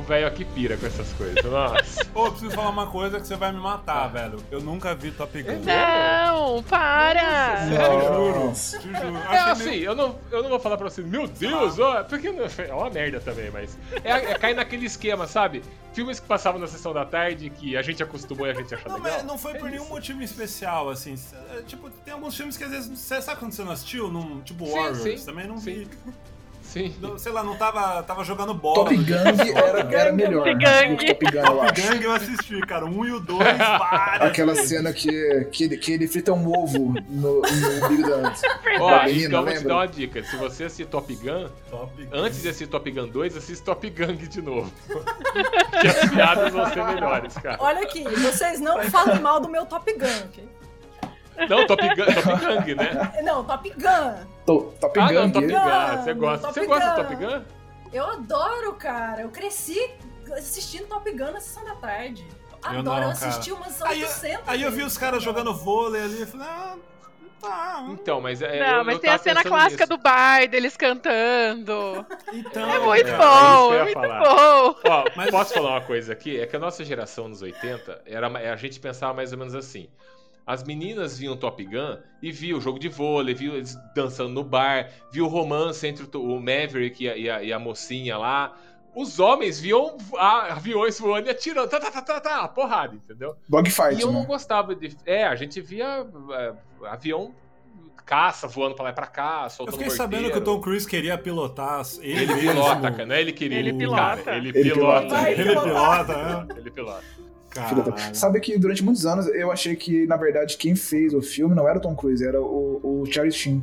velho aqui pira com essas coisas. Nossa. Ô, preciso falar uma coisa que você vai me matar, velho. Eu nunca vi Top Gun. Não, para! Te juro. É assim, eu não vou falar pra você, meu Deus, ó, porque é uma merda também, mas cai naquele esquema, sabe? Filmes que passavam na sessão da tarde, que a gente acostumou e a gente achou Não, legal. mas não foi por nenhum motivo especial, assim. Tipo, tem alguns filmes que às vezes. Você sabe quando você não assistiu? Tipo Warriors, sim, também não vi. Sim. Sei lá, não tava jogando bola. Top Gang era melhor. Top Gang. Top Gun, eu acho. Gang eu assisti, cara. 1 e o 2, várias Aquela vezes. cena que ele frita um ovo no umbigo da Ó, menina, então eu vou te lembra? dar uma dica. Se você assistir Top Gun, antes de assistir Top Gun 2, assiste Top Gang de novo. Que as piadas vão ser melhores, cara. Olha aqui, vocês não falem mal do meu Top Gun, ok? Não, Top Gang, né? Não, Top Gun. Top Ah, Gun. não, Top Gun. Gun, Você gosta. Top Você gosta do Gun. Top Gun? Eu adoro, cara. Eu cresci assistindo Top Gun na sessão da tarde. Eu Adoro, não, eu assisti cara. umas Aí 800 eu vi vezes. os caras jogando vôlei ali e falei, tá. Então, mas Não, mas eu tem a tava cena pensando clássica nisso. do bar, deles cantando. Então, É muito isso bom, que eu ia é muito falar. bom. Ó, Mas- posso falar uma coisa aqui? É que a nossa geração nos 80, a gente pensava mais ou menos assim. As meninas viam Top Gun e viam o jogo de vôlei, viam eles dançando no bar, viam o romance entre o Maverick e a mocinha lá. Os homens viam aviões voando e atirando, porrada, entendeu? Dogfight, E eu não né? gostava de... a gente via avião caça voando pra lá e pra cá, Eu soltando fiquei sabendo que o Tom Cruise queria pilotar Ele mesmo. pilota, cara, não é ele queria. Ele cara, pilota. ele Ele pilota. pilota. Ele pilota, né? Ele pilota. Filha da- Caralho. Sabe que durante muitos anos eu achei que, na verdade, quem fez o filme não era o Tom Cruise, era o Charlie Sheen.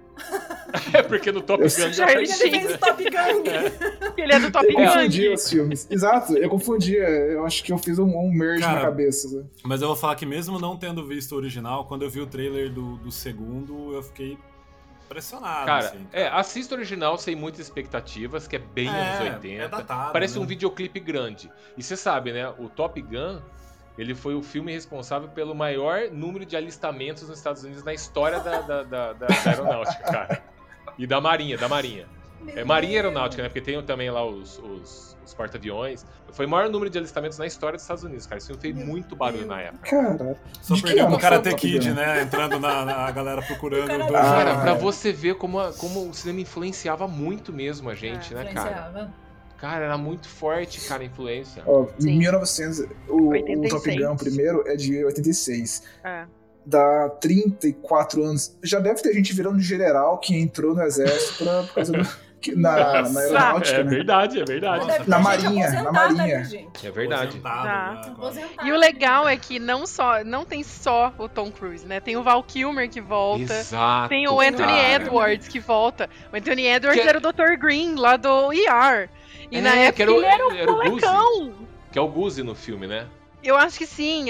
É porque no Top Eu Gun sei. já Charlie fez Ele Sheen. fez Top Gun. Ele é do Top Eu confundia Gun. os filmes. Exato, eu confundia. Eu acho que eu fiz um merge Cara, na cabeça. Sabe? Mas eu vou falar que mesmo não tendo visto o original, quando eu vi o trailer do segundo, eu fiquei impressionado, Cara, assim. assista o original sem muitas expectativas, que é bem anos 80. é datado, Parece né? um videoclipe grande. E você sabe, né? O Top Gun, ele foi o filme responsável pelo maior número de alistamentos nos Estados Unidos na história da aeronáutica, cara. E da Marinha. É Marinha Aeronáutica, né? Porque tem também lá os porta-aviões. Foi o maior número de alistamentos na história dos Estados Unidos, cara. Isso fez muito barulho na época. Cara, Só de que perdeu ano o Karate foi o Top Kid, Gun? né? Entrando na galera procurando. Karate dois- Kid. Cara, pra é. você ver como o cinema influenciava muito mesmo a gente, né, cara? Influenciava. Cara, era muito forte, cara, a influência. Ó, Sim. 1900, o 86. Top Gun primeiro é de 86. É. Dá 34 anos. Já deve ter gente virando general que entrou no exército por causa na aeronáutica, É né? verdade. Deve ter Na gente Marinha, aposentada na Marinha. ali, gente. É verdade. Aposentado, Tá. né? Aposentada. E o legal é que não tem só o Tom Cruise, né? Tem o Val Kilmer que volta. Exato. Tem o Anthony cara. Edwards que volta. O Anthony Edwards Que- era o Dr. Green lá do ER. E na É, época que era o- ele era era um o Goose. molecão. Que é o Goose no filme, né? Eu acho que sim.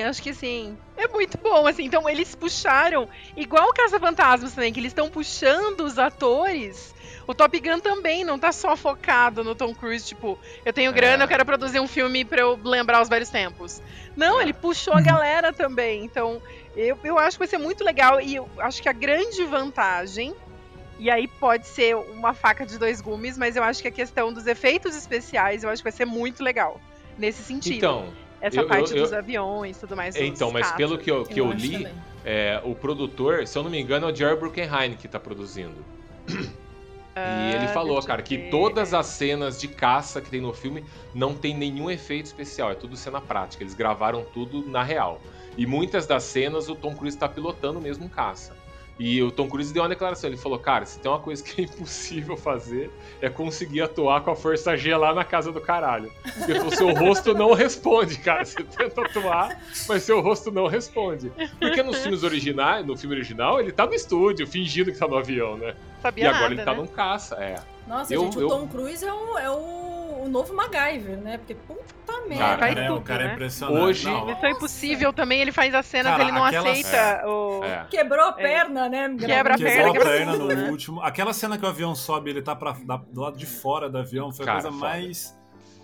É muito bom, assim. Então eles puxaram, igual o Caça-Fantasmas também, que eles estão puxando os atores. O Top Gun também não tá só focado no Tom Cruise, tipo, eu tenho grana, eu quero produzir um filme pra eu lembrar os velhos tempos. Não, ele puxou a galera também. Então, eu acho que vai ser muito legal. E eu acho que a grande vantagem, e aí pode ser uma faca de dois gumes, mas eu acho que a questão dos efeitos especiais, eu acho que vai ser muito legal. Nesse sentido. Então, Essa eu- parte eu- dos aviões e tudo mais. então, dos mas caças. pelo que eu acho li, também. o produtor, se eu não me engano, é o Jerry Bruckheimer que tá produzindo. E ele falou, deixa eu cara, que ver. todas as cenas de caça que tem no filme não tem nenhum efeito especial, é tudo cena prática. Eles gravaram tudo na real. E muitas das cenas o Tom Cruise tá pilotando mesmo um caça. E o Tom Cruise deu uma declaração, ele falou, cara, se tem uma coisa que é impossível fazer, é conseguir atuar com a força G lá na casa do caralho. Ele falou, seu rosto não responde, cara. Você tenta atuar, mas seu rosto não responde. Porque nos filmes originais, no filme original, ele tá no estúdio, fingindo que tá no avião, né? Sabia E agora nada, ele tá né? num caça, Nossa, Eu- gente, eu- o Tom Cruise é o novo MacGyver, né? Porque puta merda. Cara, faz O tudo, cara é né? impressionante. Hoje- Não, Missão Impossível também, ele faz as cenas, Cara, ele não aquela- aceita o... É. Quebrou a perna, né? Quebra a quebrou perna, a quebra perna tudo, no né? último. Aquela cena que o avião sobe, ele tá do lado de fora do avião, foi a Cara, coisa foda. mais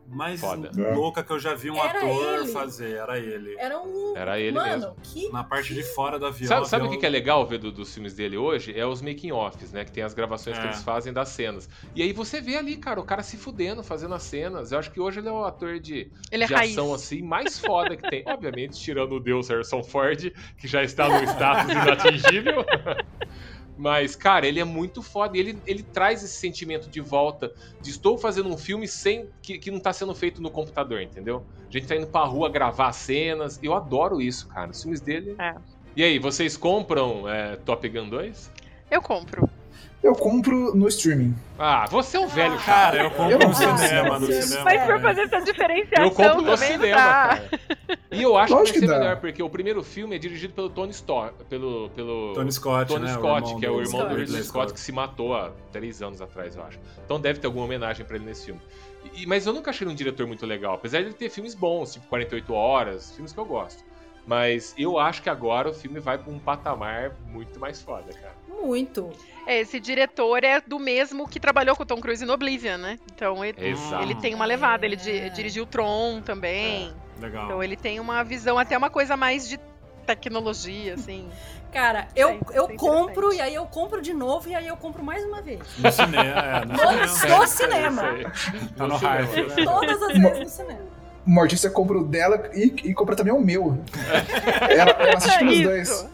mais Foda. louca que eu já vi um Era ator ele. fazer. Era ele. Era ele Mano, mesmo. que... Na parte de fora do avião. Sabe o que é legal ver dos filmes dele hoje? É os making-offs, né? Que tem as gravações que eles fazem das cenas. E aí você vê ali, cara, o cara se fudendo, fazendo as cenas. Eu acho que hoje ele é o ator de ação, assim, mais foda que tem. Obviamente, tirando o Deus Harrison Ford, que já está no status inatingível. Mas, cara, ele é muito foda. E ele traz esse sentimento de volta de estou fazendo um filme sem que não tá sendo feito no computador, entendeu? A gente tá indo pra rua gravar cenas. Eu adoro isso, cara. Os filmes dele... E aí, vocês compram Top Gun 2? Eu compro. Eu compro no streaming. Ah, você é um velho, Cara, eu compro no não cinema. Mas pra fazer essa diferenciação Eu compro no também cinema, tá. cara. E eu acho Lógico que vai ser que dá. melhor, porque o primeiro filme é dirigido pelo Tony Scott, pelo Tony Scott, Tony né? Scott, que é o irmão do Scott. Ridley Scott, que se matou há 3 anos atrás, eu acho. Então deve ter alguma homenagem pra ele nesse filme. Mas eu nunca achei ele um diretor muito legal, apesar de ele ter filmes bons, tipo 48 Horas, filmes que eu gosto. Mas eu acho que agora o filme vai pra um patamar muito mais foda, cara. Muito. Esse diretor é do mesmo que trabalhou com o Tom Cruise no Oblivion, né? Então ele tem uma levada. Ele dirigiu o Tron também. Legal. Então ele tem uma visão, até uma coisa mais de tecnologia, assim. Cara, eu Isso compro, interessante. e aí eu compro de novo, e aí eu compro mais uma vez. No cinema, No cinema. Tá no hype. Todas as vezes no cinema. Mortícia compra o dela e compra também o meu. Ela assiste nos dois.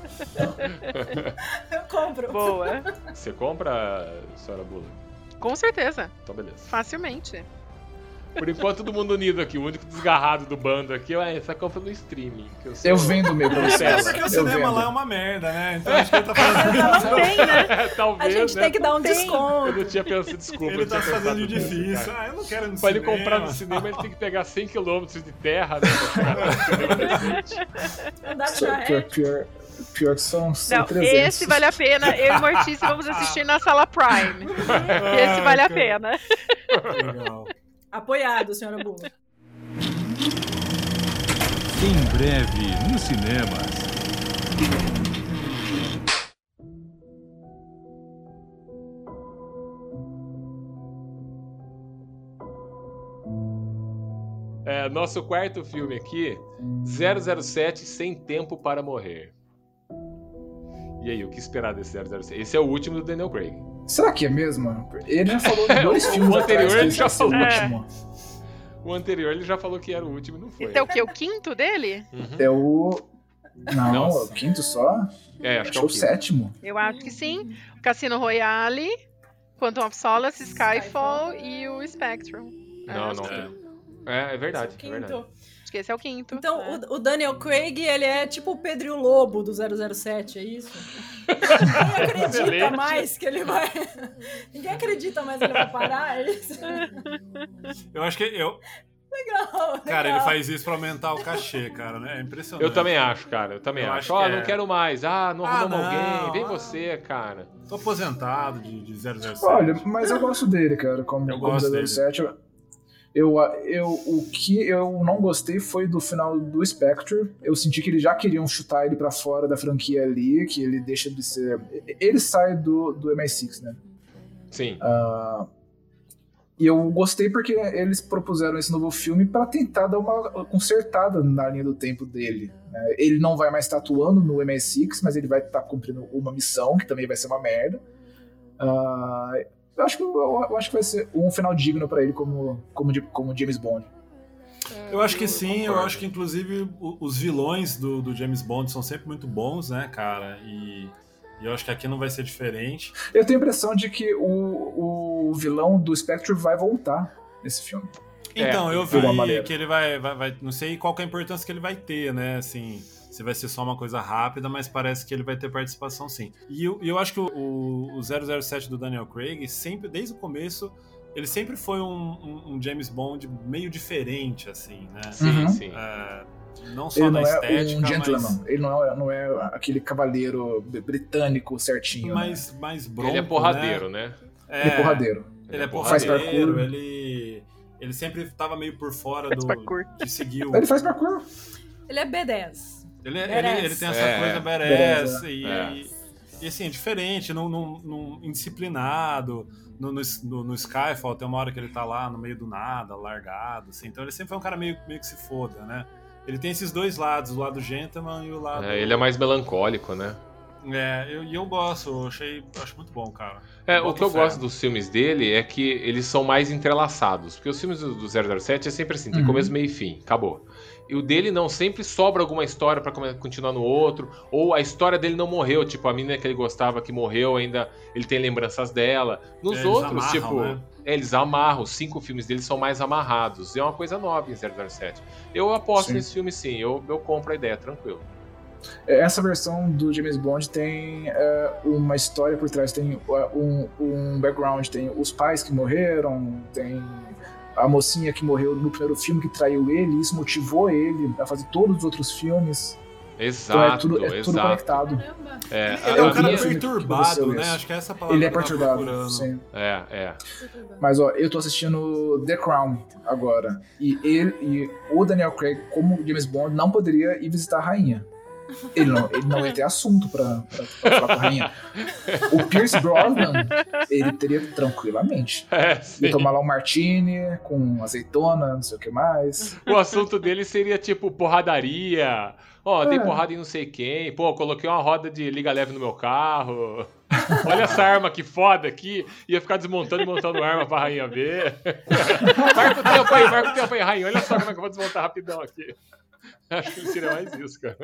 Eu compro. Boa. Você compra, senhora Bula? Com certeza. Então beleza. Facilmente. Por enquanto, todo mundo unido aqui. O único desgarrado do bando aqui é essa compra no streaming. Que Eu vendo o meu pra você. É porque o Eu cinema vendo. lá é uma merda, né? Então acho que ele tá fazendo Ela não tem, né? Talvez, A gente né? tem que dar um Tem. Eu desconto. não tinha pensado, desculpa. Ele eu tá tinha fazendo de pensado nisso, difícil. cara. Eu não quero no Pra ele cinema. comprar no cinema, ele tem que pegar 100 km de terra, né? Pra chegar no cinema decente. Andar de Pior, charrete. pior que são Não, 300. esse vale a pena. Eu e Mortícia vamos assistir na sala Prime. Esse vale a pena. Legal. Apoiado, senhora Bula. Em breve, nos cinemas. Nosso quarto filme aqui, 007 Sem Tempo para Morrer. E aí, o que esperar desse 007? Esse é o último do Daniel Craig. Será que é mesmo? Ele já falou em 2 filmes O anterior atrás que ele já ia ser o falou. último. O anterior ele já falou que era o último e não foi. Esse é o quê? O quinto dele? É o... Não, Não. é o quinto só? Acho que é Acho o o quinto. 7º. Eu acho que sim. Cassino Royale, Quantum of Solace, Skyfall e o Spectrum. Não, Acho não. que- É verdade, Esse é é o verdade. quinto. Acho que esse é o quinto. Então, É. o Daniel Craig, ele é tipo o Pedro e o Lobo do 007, é isso? Ninguém acredita Excelente. mais que ele vai... Ninguém acredita mais que ele vai parar, é isso? Eu acho que Legal, Cara, legal. ele faz isso pra aumentar o cachê, cara, né? É impressionante. Eu também acho, cara. Eu também Eu acho. acho que Não quero mais. Não arrumamos não. alguém. Vem você, cara. Tô aposentado de 007. Olha, mas eu gosto dele, cara, como Eu gosto 007. O que eu não gostei foi do final do Spectre. Eu senti que eles já queriam chutar ele pra fora da franquia ali, que ele deixa de ser... Ele sai do MI6, né? Sim. E eu gostei porque eles propuseram esse novo filme pra tentar dar uma consertada na linha do tempo dele, né? Ele não vai mais estar atuando no MI6, mas ele vai estar cumprindo uma missão, que também vai ser uma merda. Eu acho que vai ser um final digno pra ele como James Bond. Eu acho que sim, eu concordo. acho que inclusive os vilões do James Bond são sempre muito bons, né, cara? E eu acho que aqui não vai ser diferente. Eu tenho a impressão de que o vilão do Spectre vai voltar nesse filme. Então, eu de alguma vi maneira. que ele vai... Não sei qual que é a importância que ele vai ter, né? Assim, se vai ser só uma coisa rápida, mas parece que ele vai ter participação, sim. E eu acho que o 007 do Daniel Craig, sempre, desde o começo, ele sempre foi um James Bond meio diferente, assim, né? Sim, Uhum. sim. Não só Ele na não é estética, um gentleman. mas... Ele não é aquele cavaleiro britânico certinho. Né? mais bronco, Ele é porradeiro, né? Ele é porradeiro. Ele é Faz porradeiro, parkour. ele sempre tava meio por fora Faz parkour. de seguir o... Ele faz parkour. Ele é B10. Ele Badass. tem essa coisa Badass, badass é. E assim, é diferente, indisciplinado. No Skyfall tem uma hora que ele tá lá no meio do nada, largado, assim. Então ele sempre foi um cara meio que se foda, né? Ele tem esses dois lados, o lado gentleman e o lado... ele é mais melancólico, né? Eu gosto, eu acho muito bom, cara. O que eu gosto dos filmes dele é que eles são mais entrelaçados. Porque os filmes do 007 é sempre assim, tem começo, meio e fim, acabou. E o dele não, sempre sobra alguma história pra continuar no outro, ou a história dele não morreu, tipo, a menina que ele gostava que morreu, ainda ele tem lembranças dela. Nos outros, amarram, tipo, né? Eles amarram, os 5 filmes deles são mais amarrados. E é uma coisa nova em 007. Eu aposto nesse filme sim, eu compro a ideia, tranquilo. Essa versão do James Bond tem uma história por trás, tem um background, tem os pais que morreram, tem a mocinha que morreu no primeiro filme que traiu ele, e isso motivou ele a fazer todos os outros filmes. Exato, então é tudo conectado. Ele é um cara perturbado, né? Acho que é essa palavra. Ele é perturbado, sim. Mas eu tô assistindo The Crown agora, e o Daniel Craig, como James Bond, não poderia ir visitar a rainha. Ele não ia ter assunto pra falar com a rainha. O Pierce Brosnan, ele teria tranquilamente. Ia tomar lá um martini com azeitona, não sei o que mais. O assunto dele seria tipo porradaria. Dei porrada em não sei quem. Pô, coloquei uma roda de liga leve no meu carro. Olha essa arma que foda aqui. Ia ficar desmontando e montando arma pra rainha ver. Marca o tempo aí, rainha. Olha só como é que eu vou desmontar rapidão aqui. Acho que seria mais isso, cara.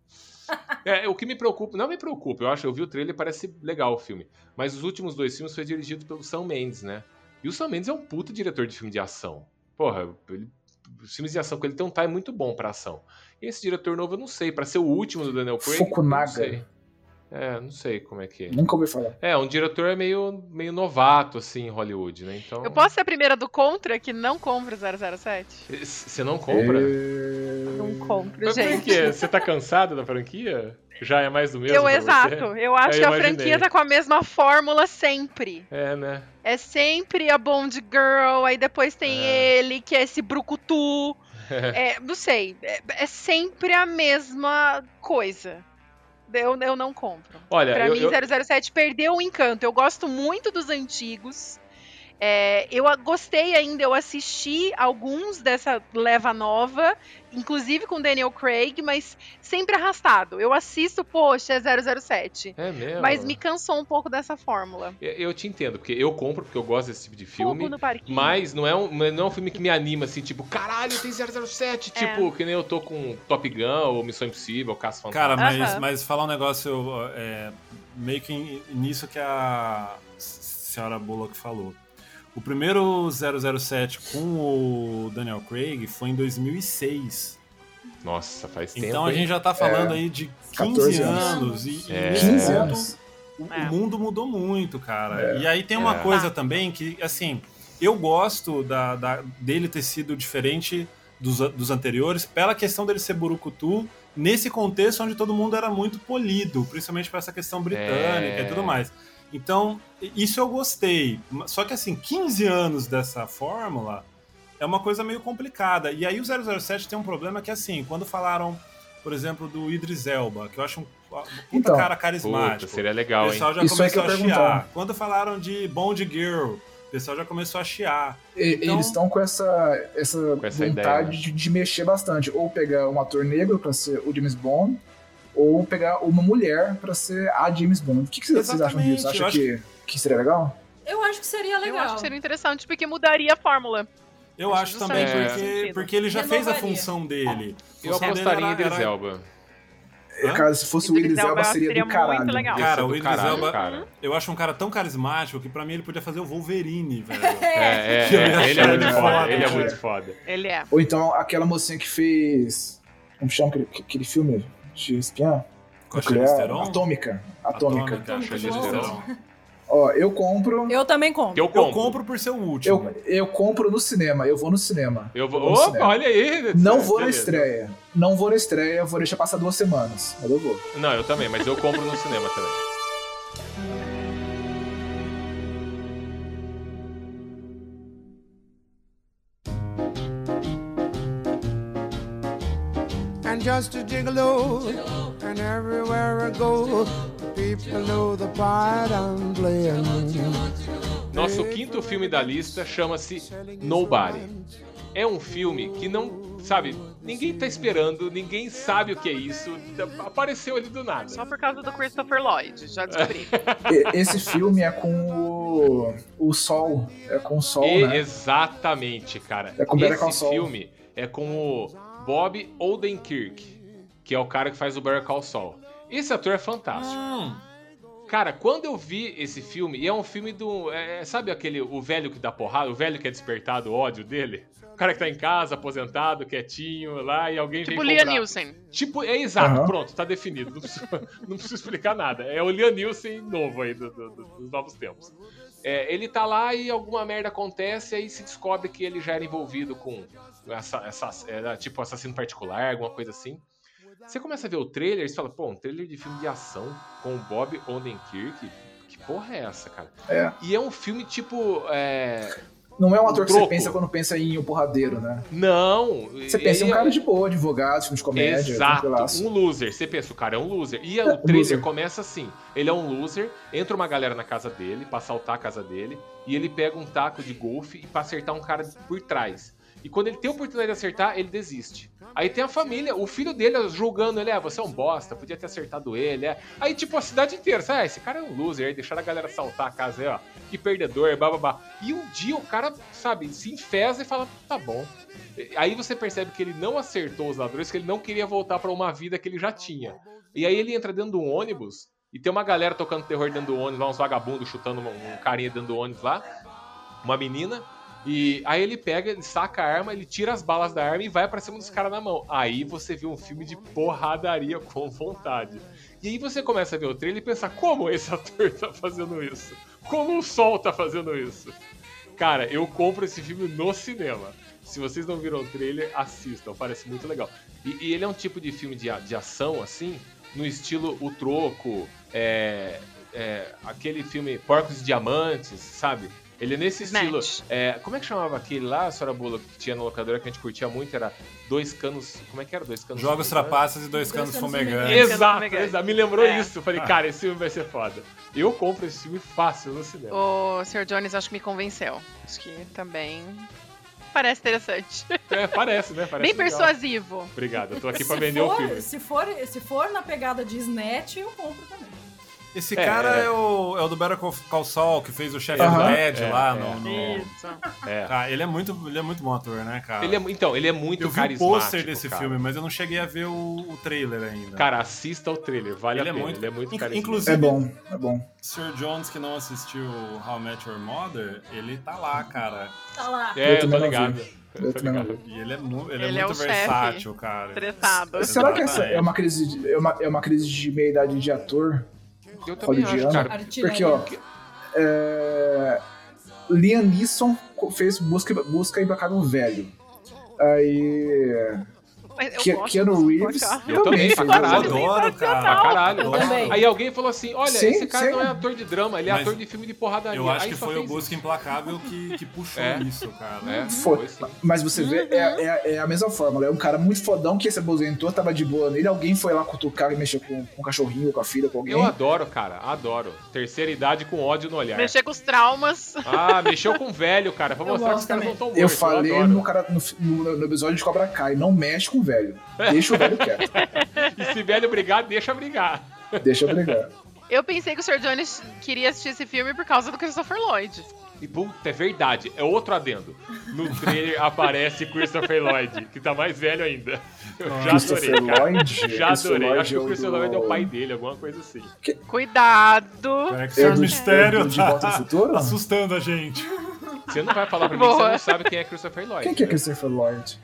O que me preocupa, não me preocupa, eu vi o trailer e parece legal o filme, mas os últimos 2 filmes foi dirigido pelo Sam Mendes, né? E o Sam Mendes é um puto diretor de filme de ação. Porra, os filmes de ação com ele tem um time muito bom pra ação. E esse diretor novo eu não sei, pra ser o último do Daniel Craig, Fukunaga. não sei. Não sei como é que é. Nunca ouvi falar. Um diretor meio novato, assim, em Hollywood, né? Então... Eu posso ser a primeira do contra que não compra o 007? Você não compra? Não compro, Mas gente. por quê? Você tá cansado da franquia? Já é mais do mesmo? Exato. Eu acho que a franquia tá com a mesma fórmula sempre. Né? É sempre a Bond Girl, aí depois tem ele, que é esse brucutu. Não sei. É sempre a mesma coisa. Eu não compro. Olha, pra mim, 007 perdeu o encanto. Eu gosto muito dos antigos. Eu gostei ainda, eu assisti alguns dessa leva nova, inclusive com Daniel Craig, mas sempre arrastado. Eu assisto, poxa, é 007. É mesmo? Mas me cansou um pouco dessa fórmula. Eu te entendo, porque eu compro, porque eu gosto desse tipo de filme. Fogo no parquinho. Mas não é um filme que me anima, assim, tipo, caralho, tem 007. Tipo, que nem eu tô com Top Gun, ou Missão Impossível, ou Caça Fantasma. Cara, mas falar um negócio meio que nisso que a senhora Bullock falou. O primeiro 007 com o Daniel Craig foi em 2006. Nossa, faz tempo. Então a gente já tá falando aí de 15 anos. E 15 anos. O mundo mudou muito, cara. E aí tem uma coisa também que, assim, eu gosto dele ter sido diferente dos anteriores pela questão dele ser burucutu nesse contexto onde todo mundo era muito polido, principalmente para essa questão britânica e tudo mais. Então, isso eu gostei. Só que, assim, 15 anos dessa fórmula é uma coisa meio complicada. E aí o 007 tem um problema que, assim, quando falaram, por exemplo, do Idris Elba, que eu acho um cara carismático. Seria legal, o pessoal já começou a chiar. Quando falaram de Bond Girl, o pessoal já começou a chiar. Então, eles estão com essa vontade de mexer bastante. Ou pegar um ator negro pra ser o James Bond, ou pegar uma mulher pra ser a James Bond. O que vocês acham disso? Acha que seria legal? Eu acho que seria legal. Eu acho que seria interessante, porque mudaria a fórmula. Eu acho também, porque ele já fez a função dele. Eu apostaria em Idris Elba. Cara, se fosse o Idris Elba, seria do caralho. Muito legal. Cara, o Idris Elba, eu acho um cara tão carismático que pra mim ele podia fazer o Wolverine, velho. Ele é muito foda. Ele é muito foda. Ele é. Ou então aquela mocinha que fez... Como chama aquele filme de espião? Atômica. Ó, eu compro... Eu também compro. Eu compro por ser o último. Eu compro no cinema. Eu vou no cinema. Olha aí. Não vou na estreia. Vou deixar passar 2 semanas. Mas eu vou. Não, eu também. Mas eu compro no cinema também. And just a gigolo, and everywhere I go, Nosso quinto filme da lista chama-se Nobody. É um filme que não, sabe, ninguém tá esperando, ninguém sabe o que é isso, apareceu ali do nada. Só por causa do Christopher Lloyd, já descobri. Esse filme é com o Sol, é com o Sol, né? Exatamente, cara. É com Better Call Esse Saul. filme é com o Bob Odenkirk, que é o cara que faz o Better Call Saul. Esse ator é fantástico. Cara, quando eu vi esse filme, e é um filme do... sabe o velho que dá porrada? O velho que é despertado, o ódio dele? O cara que tá em casa, aposentado, quietinho, lá, e alguém vem comprar. Tipo Liam Neeson. Tipo, exato, pronto, tá definido. Não preciso explicar nada. É o Liam Neeson novo aí, dos novos tempos. Ele tá lá e alguma merda acontece, e aí se descobre que ele já era envolvido com tipo assassino particular, alguma coisa assim. Você começa a ver o trailer e você fala, pô, um trailer de filme de ação com o Bob Odenkirk? Que porra é essa, cara? E é um filme tipo... Não é um ator que troco. você pensa quando pensa em um porradeiro, né? Não. Você pensa em um cara de boa, advogado, filme de comédia. Exato, um loser. Você pensa, o cara é um loser. E o trailer começa assim. Ele é um loser, entra uma galera na casa dele, pra assaltar a casa dele, e ele pega um taco de golfe e pra acertar um cara por trás. E quando ele tem a oportunidade de acertar, ele desiste. Aí tem a família, o filho dele julgando ele, você é um bosta, podia ter acertado ele. Aí tipo a cidade inteira, sabe? Esse cara é um loser, aí deixaram a galera assaltar a casa aí, ó, que perdedor, bababá. E um dia o cara, sabe, se enfesa e fala, tá bom. Aí você percebe que ele não acertou os ladrões, que ele não queria voltar pra uma vida que ele já tinha. E aí ele entra dentro de um ônibus, e tem uma galera tocando terror dentro do ônibus, lá uns vagabundos chutando um carinha dentro do ônibus lá, uma menina. E aí ele pega, ele saca a arma, ele tira as balas da arma e vai pra cima dos caras na mão. Aí você vê um filme de porradaria com vontade. E aí você começa a ver o trailer e pensa, como esse ator tá fazendo isso? Como o Sol tá fazendo isso? Cara, eu compro esse filme no cinema. Se vocês não viram o trailer, assistam, parece muito legal. E ele é um tipo de filme de ação, assim, no estilo O Troco, aquele filme Porcos e Diamantes, sabe? Ele é nesse estilo. Como é que chamava aquele lá, Sora Bula, que tinha na locadora que a gente curtia muito? Era Dois Canos. Como é que era? Dois Canos. Jogos Trapaças e Dois Canos Fumegantes. Exato. Me lembrou isso. Eu falei, cara, esse filme vai ser foda. Eu compro esse filme fácil no cinema. O Sr. Jones acho que me convenceu. Acho que também parece interessante. Parece, né? Parece bem legal. Persuasivo. Obrigado, eu tô aqui pra vender o filme. Se for na pegada de Snatch, eu compro também. Esse cara é o do Better Call Saul, que fez o chefe do Ed lá no... Isso. Ele é muito bom ator, né, cara? Ele é muito eu carismático. Eu vi o pôster desse filme, mas eu não cheguei a ver o trailer ainda. Cara, assista o trailer, vale a pena. Ele é muito carismático. Inclusive, é bom. Sr. Jones, que não assistiu How I Met Your Mother, ele tá lá, cara. Tá lá. Eu tô ligado. E ele é muito versátil, cara. Estressado. Será que essa é uma crise de meia-idade de ator? Eu também acho, cara. Porque, ó, Liam Neeson fez Busca Implacável Velho. Aí... Keanu Reeves eu também, pra caralho. Eu adoro, cara. Pra caralho. Também. Aí alguém falou assim, olha, esse cara não é ator de drama, ele é ator de filme de porradaria. Eu acho aí que foi o Busca Implacável que puxou isso, cara. Foi. Mas você vê, é a mesma fórmula. É um cara muito fodão que se aposentou, tava de boa nele, alguém foi lá cutucar e mexer com um cachorrinho, com a filha, com alguém. Eu adoro, cara, adoro. Terceira idade com ódio no olhar. Mexer com os traumas. Mexeu com o velho, cara, pra mostrar que os caras não estão mortos. Eu falei no episódio de Cobra Kai, não mexe com o velho. Deixa o velho quieto. E se velho brigar, deixa brigar. Deixa brigar. Eu pensei que o Sr. Jones queria assistir esse filme por causa do Christopher Lloyd. E puta, é verdade, é outro adendo. No trailer aparece Christopher Lloyd, que tá mais velho ainda. Eu já adorei, cara. Já adorei. Acho que o Christopher Lloyd é o pai dele, alguma coisa assim. Cuidado! É que o Sr. Mistério De Volta ao Futuro? assustando a gente. Você não vai falar pra mim que você não sabe quem é Christopher Lloyd. Quem que é Christopher Lloyd?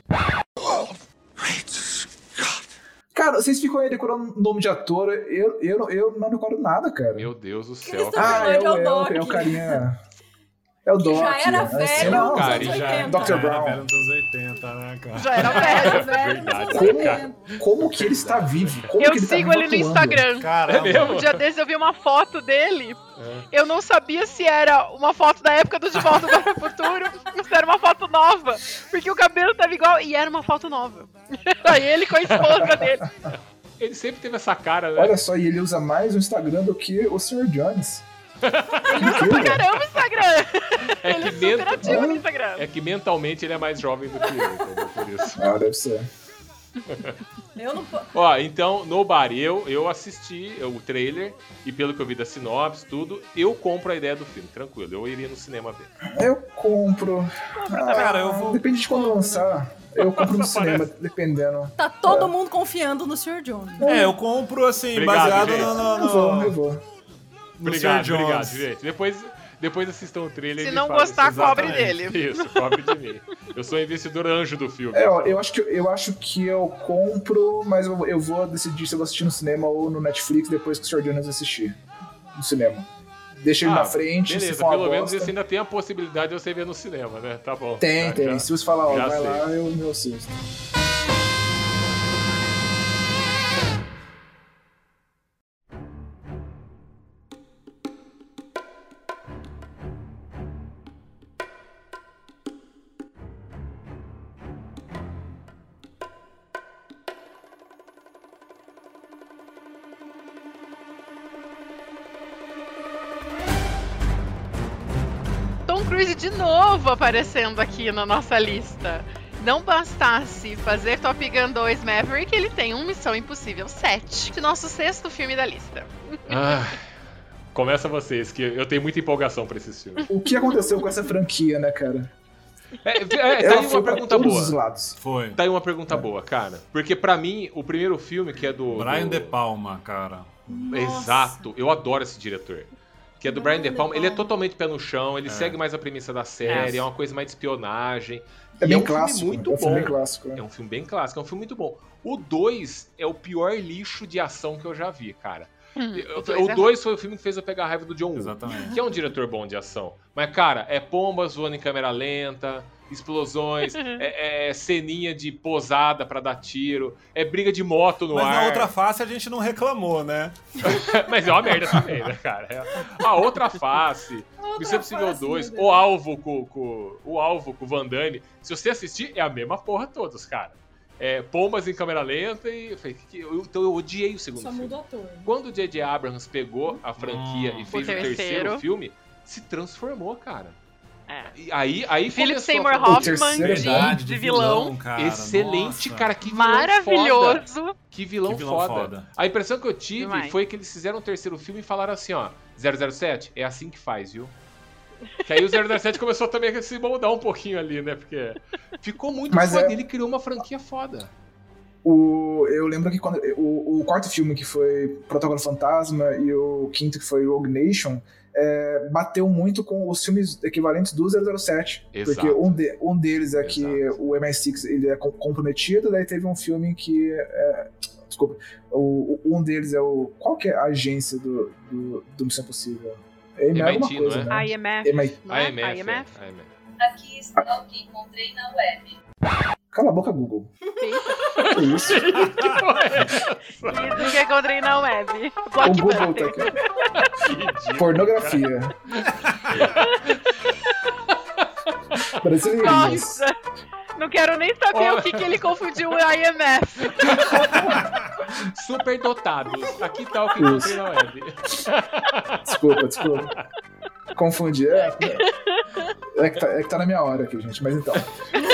Cara, vocês ficam aí decorando nome de ator, eu não decoro nada, cara. Meu Deus do céu. É o carinha... É o Doc. Já era velho não, cara, Dr. Brown. Velho nos anos 80, né, cara? Já era velho. Verdade, Como que ele está vivo? Eu sigo ele no Instagram. Caramba. Um dia desses eu vi uma foto dele. Eu não sabia se era uma foto da época do De Volta para o Futuro ou se era uma foto nova. Porque o cabelo tava igual e era uma foto nova. Aí ele com a esposa dele. Ele sempre teve essa cara, né? Olha só, e ele usa mais o Instagram do que o Sr. Jones. Ele usa pra caramba o Instagram. É Ele que, é super ativo no Instagram. é que mentalmente ele é mais jovem do que eu, entendeu? Por isso. Ah, deve ser. Eu não posso. Ó, então, Nobody, eu assisti o trailer e pelo que eu vi da sinopse, tudo, eu compro a ideia do filme, tranquilo. Eu iria no cinema ver. Eu compro. Cara, eu vou. Depende de quando lançar. Eu compro no cinema, dependendo. Tá todo mundo confiando no Sr. Jones. Eu compro, assim, Obrigado, baseado gente. Eu vou. no Obrigado, Sr. Jones. obrigado, gente. Depois assistam o trailer. Se e não me falem gostar, se- cobre Exatamente. dele. Isso, cobre de mim. Eu sou investidor anjo do filme. É, ó, eu acho que eu compro, mas eu vou decidir se eu vou assistir no cinema ou no Netflix depois que o Sr. Jones assistir. No cinema. Deixa ele na frente, se Beleza, for uma pelo menos bosta. esse ainda tem a possibilidade de você ver no cinema, né? Tá bom. Tem. Já- Se você falar, ó, já vai sei. lá, eu assisto. Tom Cruise de novo aparecendo aqui na nossa lista. Não bastasse fazer Top Gun 2 Maverick, ele tem um Missão Impossível 7, nosso 6º filme da lista. Ah, começa vocês, que eu tenho muita empolgação pra esses filmes. O que aconteceu com essa franquia, né, cara? Tá Ela aí foi uma pra pergunta todos boa. os lados. Foi. Tá aí uma pergunta boa, cara. Porque pra mim, o primeiro filme, que é do... Brian do... De Palma, cara. Exato, eu adoro esse diretor. Que é do Brian De Palma. Ele é totalmente pé no chão, ele segue mais a premissa da série, é uma coisa mais de espionagem. É E bem um filme clássico. muito é um filme bom. bem clássico. É um filme bem clássico, é um filme muito bom. O 2 é o pior lixo de ação que eu já vi, cara. O 2 foi o filme que fez eu pegar a raiva do John Woo, Exatamente. que é um diretor bom de ação. Mas, cara, é pombas voando em câmera lenta, explosões, é ceninha de posada pra dar tiro, é briga de moto no Mas ar. na outra face a gente não reclamou, né? Mas é uma merda também, né, cara? A outra face, Missão Impossível 2, o alvo com o Van Damme, se você assistir, é a mesma porra todos, cara. Pombas em câmera lenta e... Então eu odiei o segundo Só filme. muda o ator. Quando o J.J. Abrams pegou a franquia e fez o terceiro terceiro filme, se transformou, cara. É. E aí Philip começou Seymour a- O Hoffman terceiro de, de vilão. cara. Excelente, Nossa. cara, que vilão foda. Maravilhoso. Que vilão, Que vilão foda. foda. A impressão que eu tive Demais. foi que eles fizeram o terceiro filme e falaram assim, ó, 007, é assim que faz, viu? Que aí o 007 começou também a se moldar um pouquinho ali, né? Porque ficou muito Mas foda, é- ele criou uma franquia foda. Eu lembro que quando o quarto filme, que foi Protocolo Fantasma, e o quinto, que foi Rogue Nation, bateu muito com os filmes equivalentes do 007. Exato. Porque um deles é que Exato. o MI6 ele é comprometido, daí teve um filme que... desculpa. Um deles é o... Qual que é a agência do Missão Impossível? É alguma MIT, coisa, não é? né? IMF. Não é? IMF. IMF? IMF. Aqui está o que encontrei na web. Cala a boca, Google. Eita. Que isso? Que porra é essa? Isso que encontrei na web. O Google tá Blockbuster. aqui. Que ridículo, Pornografia. Brasileirinhas. Nossa. Não quero nem saber Ó. o que ele confundiu o IMF. Superdotados. Aqui tá o que encontrei na web. Desculpa. Confundi. É que tá na minha hora aqui, gente. Mas então.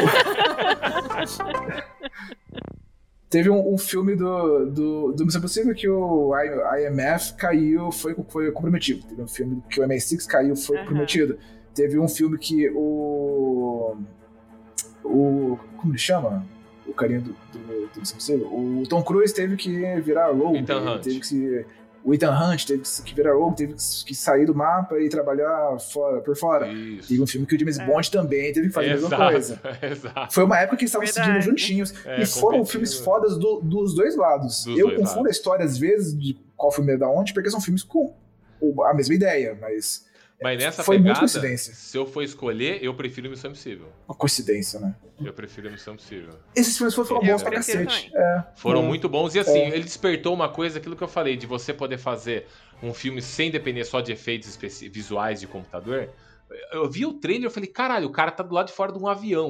Teve um filme do Missão Impossível que o IMF caiu, foi comprometido. Teve um filme que o MI6 caiu, foi comprometido. Teve um filme que o como ele chama? O carinha do Missão Impossível? O Tom Cruise teve que virar Rogue. Ethan Hunt. O Ethan Hunt teve que virar Rogue, teve que sair do mapa e trabalhar por fora. Isso. Teve um filme que o James Bond também teve que fazer a mesma coisa. Exato. Foi uma época que eles estavam Verdade. seguindo juntinhos. É, E foram competindo. filmes fodas dos dois lados. Dos Eu dois confundo lados. a história, às vezes, de qual filme é da onde, porque são filmes com a mesma ideia, mas Mas nessa foi muita pegada, coincidência. se eu for escolher, eu prefiro Missão Impossível. uma coincidência, né? Eu prefiro Missão Impossível. Esses filmes foram Eu bons pra prefiro cacete. Foram É. muito bons e assim, ele despertou uma coisa, aquilo que eu falei, de você poder fazer um filme sem depender só de efeitos visuais de computador. Eu vi o trailer e falei, caralho, o cara tá do lado de fora de um avião.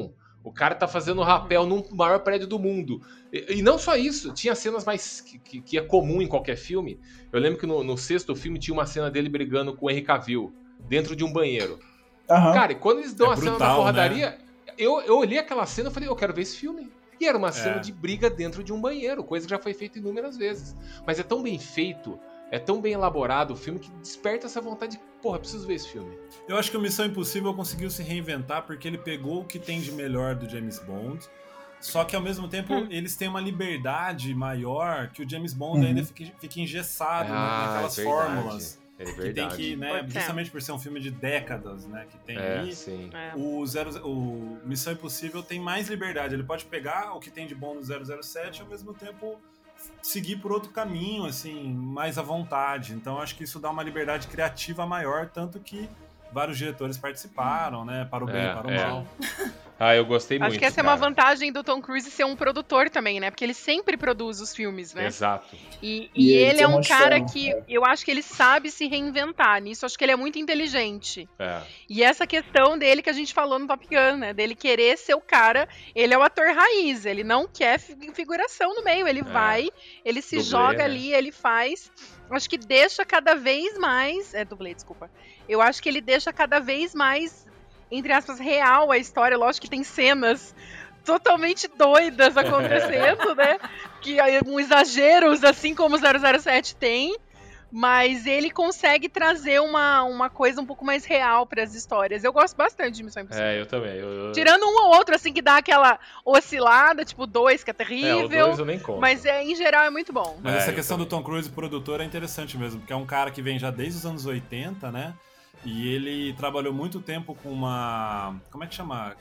O cara tá fazendo rapel num maior prédio do mundo. E não só isso, tinha cenas mais que é comum em qualquer filme. Eu lembro que no sexto filme tinha uma cena dele brigando com o Henry Cavill dentro de um banheiro. Cara, e quando eles dão a cena da porradaria, né? eu olhei aquela cena e falei, eu quero ver esse filme. E era uma cena de briga dentro de um banheiro, coisa que já foi feita inúmeras vezes. Mas é tão bem feito, é tão bem elaborado o filme que desperta essa vontade de, porra, preciso ver esse filme. Eu acho que o Missão Impossível conseguiu se reinventar porque ele pegou o que tem de melhor do James Bond, só que ao mesmo tempo eles têm uma liberdade maior que o James Bond ainda fica engessado naquelas fórmulas. É verdade. Que tem que, né, justamente por ser um filme de décadas, né, que tem ali, o Missão Impossível tem mais liberdade. Ele pode pegar o que tem de bom no 007 e ao mesmo tempo seguir por outro caminho, assim, mais à vontade. Então acho que isso dá uma liberdade criativa maior, tanto que vários diretores participaram, né, para o bem e para o mal. Eu gostei muito. Acho que essa é uma vantagem do Tom Cruise ser um produtor também, né? Porque ele sempre produz os filmes, né? Exato. E ele é um cara que eu acho que ele sabe se reinventar. Nisso acho que ele é muito inteligente. E essa questão dele que a gente falou no Top Gun, né? Dele querer ser o cara, ele é o ator raiz, ele não quer figuração no meio, ele vai, ele se joga ali, ele faz. Acho que deixa cada vez mais... dublê, desculpa. Eu acho que ele deixa cada vez mais, entre aspas, real a história. Lógico que tem cenas totalmente doidas acontecendo, né? Que um exageros, assim como o 007 tem. Mas ele consegue trazer uma coisa um pouco mais real para as histórias. Eu gosto bastante de Missão Impossível. Eu também. Tirando um ou outro, assim, que dá aquela oscilada, tipo 2, que é terrível. O 2 eu nem conto. Mas em geral é muito bom. Mas essa questão do Tom Cruise produtor é interessante mesmo, porque é um cara que vem já desde os anos 80, né? E ele trabalhou muito tempo com uma... Como é que chama?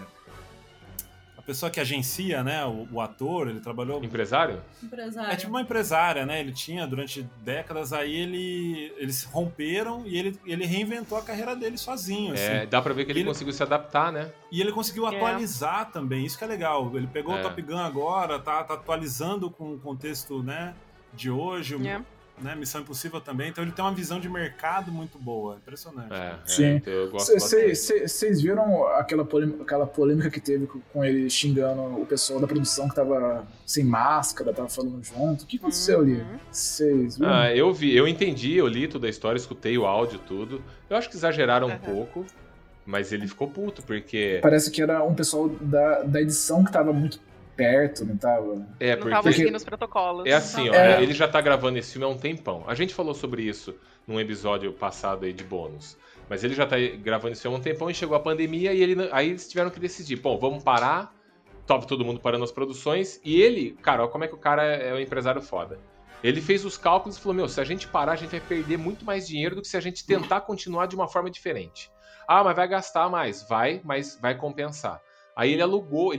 A pessoa que agencia, né, o ator, ele trabalhou... Empresário? Empresária. É tipo uma empresária, né? Ele tinha durante décadas, aí eles romperam e ele reinventou a carreira dele sozinho. Assim. Dá pra ver que ele conseguiu se adaptar, né? E ele conseguiu atualizar também, isso que é legal. Ele pegou o Top Gun agora, tá atualizando com o contexto, né, de hoje, né, Missão Impossível também, então ele tem uma visão de mercado muito boa, impressionante. Sim. Eu gosto bastante. Vocês viram aquela polêmica que teve com ele xingando o pessoal da produção que tava sem máscara, tava falando junto? O que aconteceu ali? Vocês viram? Eu vi, eu entendi, eu li toda a história, escutei o áudio, tudo. Eu acho que exageraram um pouco, mas ele ficou puto, porque... Parece que era um pessoal da edição que tava muito perto, não tava? Não tava seguindo os protocolos. É assim, ó, ele já tá gravando esse filme há um tempão. A gente falou sobre isso num episódio passado aí de bônus. Mas ele já tá gravando esse filme há um tempão e chegou a pandemia e aí eles tiveram que decidir. Bom, vamos parar, todo mundo parando as produções. E ele, cara, olha como é que o cara é um empresário foda. Ele fez os cálculos e falou, se a gente parar, a gente vai perder muito mais dinheiro do que se a gente tentar continuar de uma forma diferente. Mas vai gastar mais. Mas vai compensar. Aí ele alugou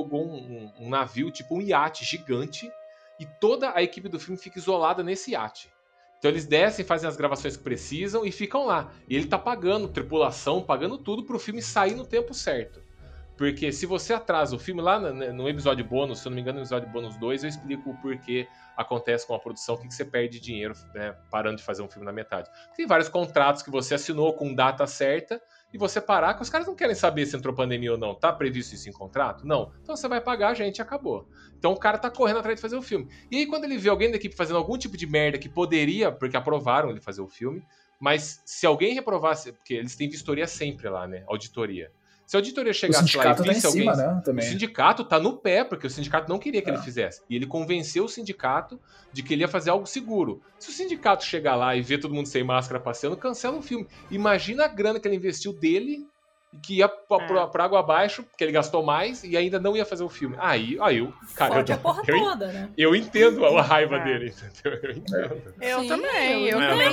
um navio, tipo um iate gigante, e toda a equipe do filme fica isolada nesse iate. Então eles descem, fazem as gravações que precisam e ficam lá. E ele tá pagando tripulação, pagando tudo pro filme sair no tempo certo. Porque se você atrasa o filme lá no episódio bônus, se eu não me engano, no episódio bônus 2, eu explico o porquê acontece com a produção, o que você perde dinheiro, né, parando de fazer um filme na metade. Tem vários contratos que você assinou com data certa, e você parar, que os caras não querem saber se entrou pandemia ou não. Tá previsto isso em contrato? Não. Então você vai pagar, gente, acabou. Então o cara tá correndo atrás de fazer o filme. E aí quando ele vê alguém da equipe fazendo algum tipo de merda que poderia, porque aprovaram ele fazer o filme, mas se alguém reprovasse, porque eles têm vistoria sempre lá, né? Auditoria. Se a auditoria chegasse lá e visse alguém... Né, o sindicato tá no pé, porque o sindicato não queria que ele fizesse. E ele convenceu o sindicato de que ele ia fazer algo seguro. Se o sindicato chegar lá e ver todo mundo sem máscara passeando, cancela o filme. Imagina a grana que ele investiu dele, que ia pra água abaixo, porque ele gastou mais e ainda não ia fazer o filme. Aí cara, eu entendo a raiva dele, entendeu? Eu entendo. Eu também.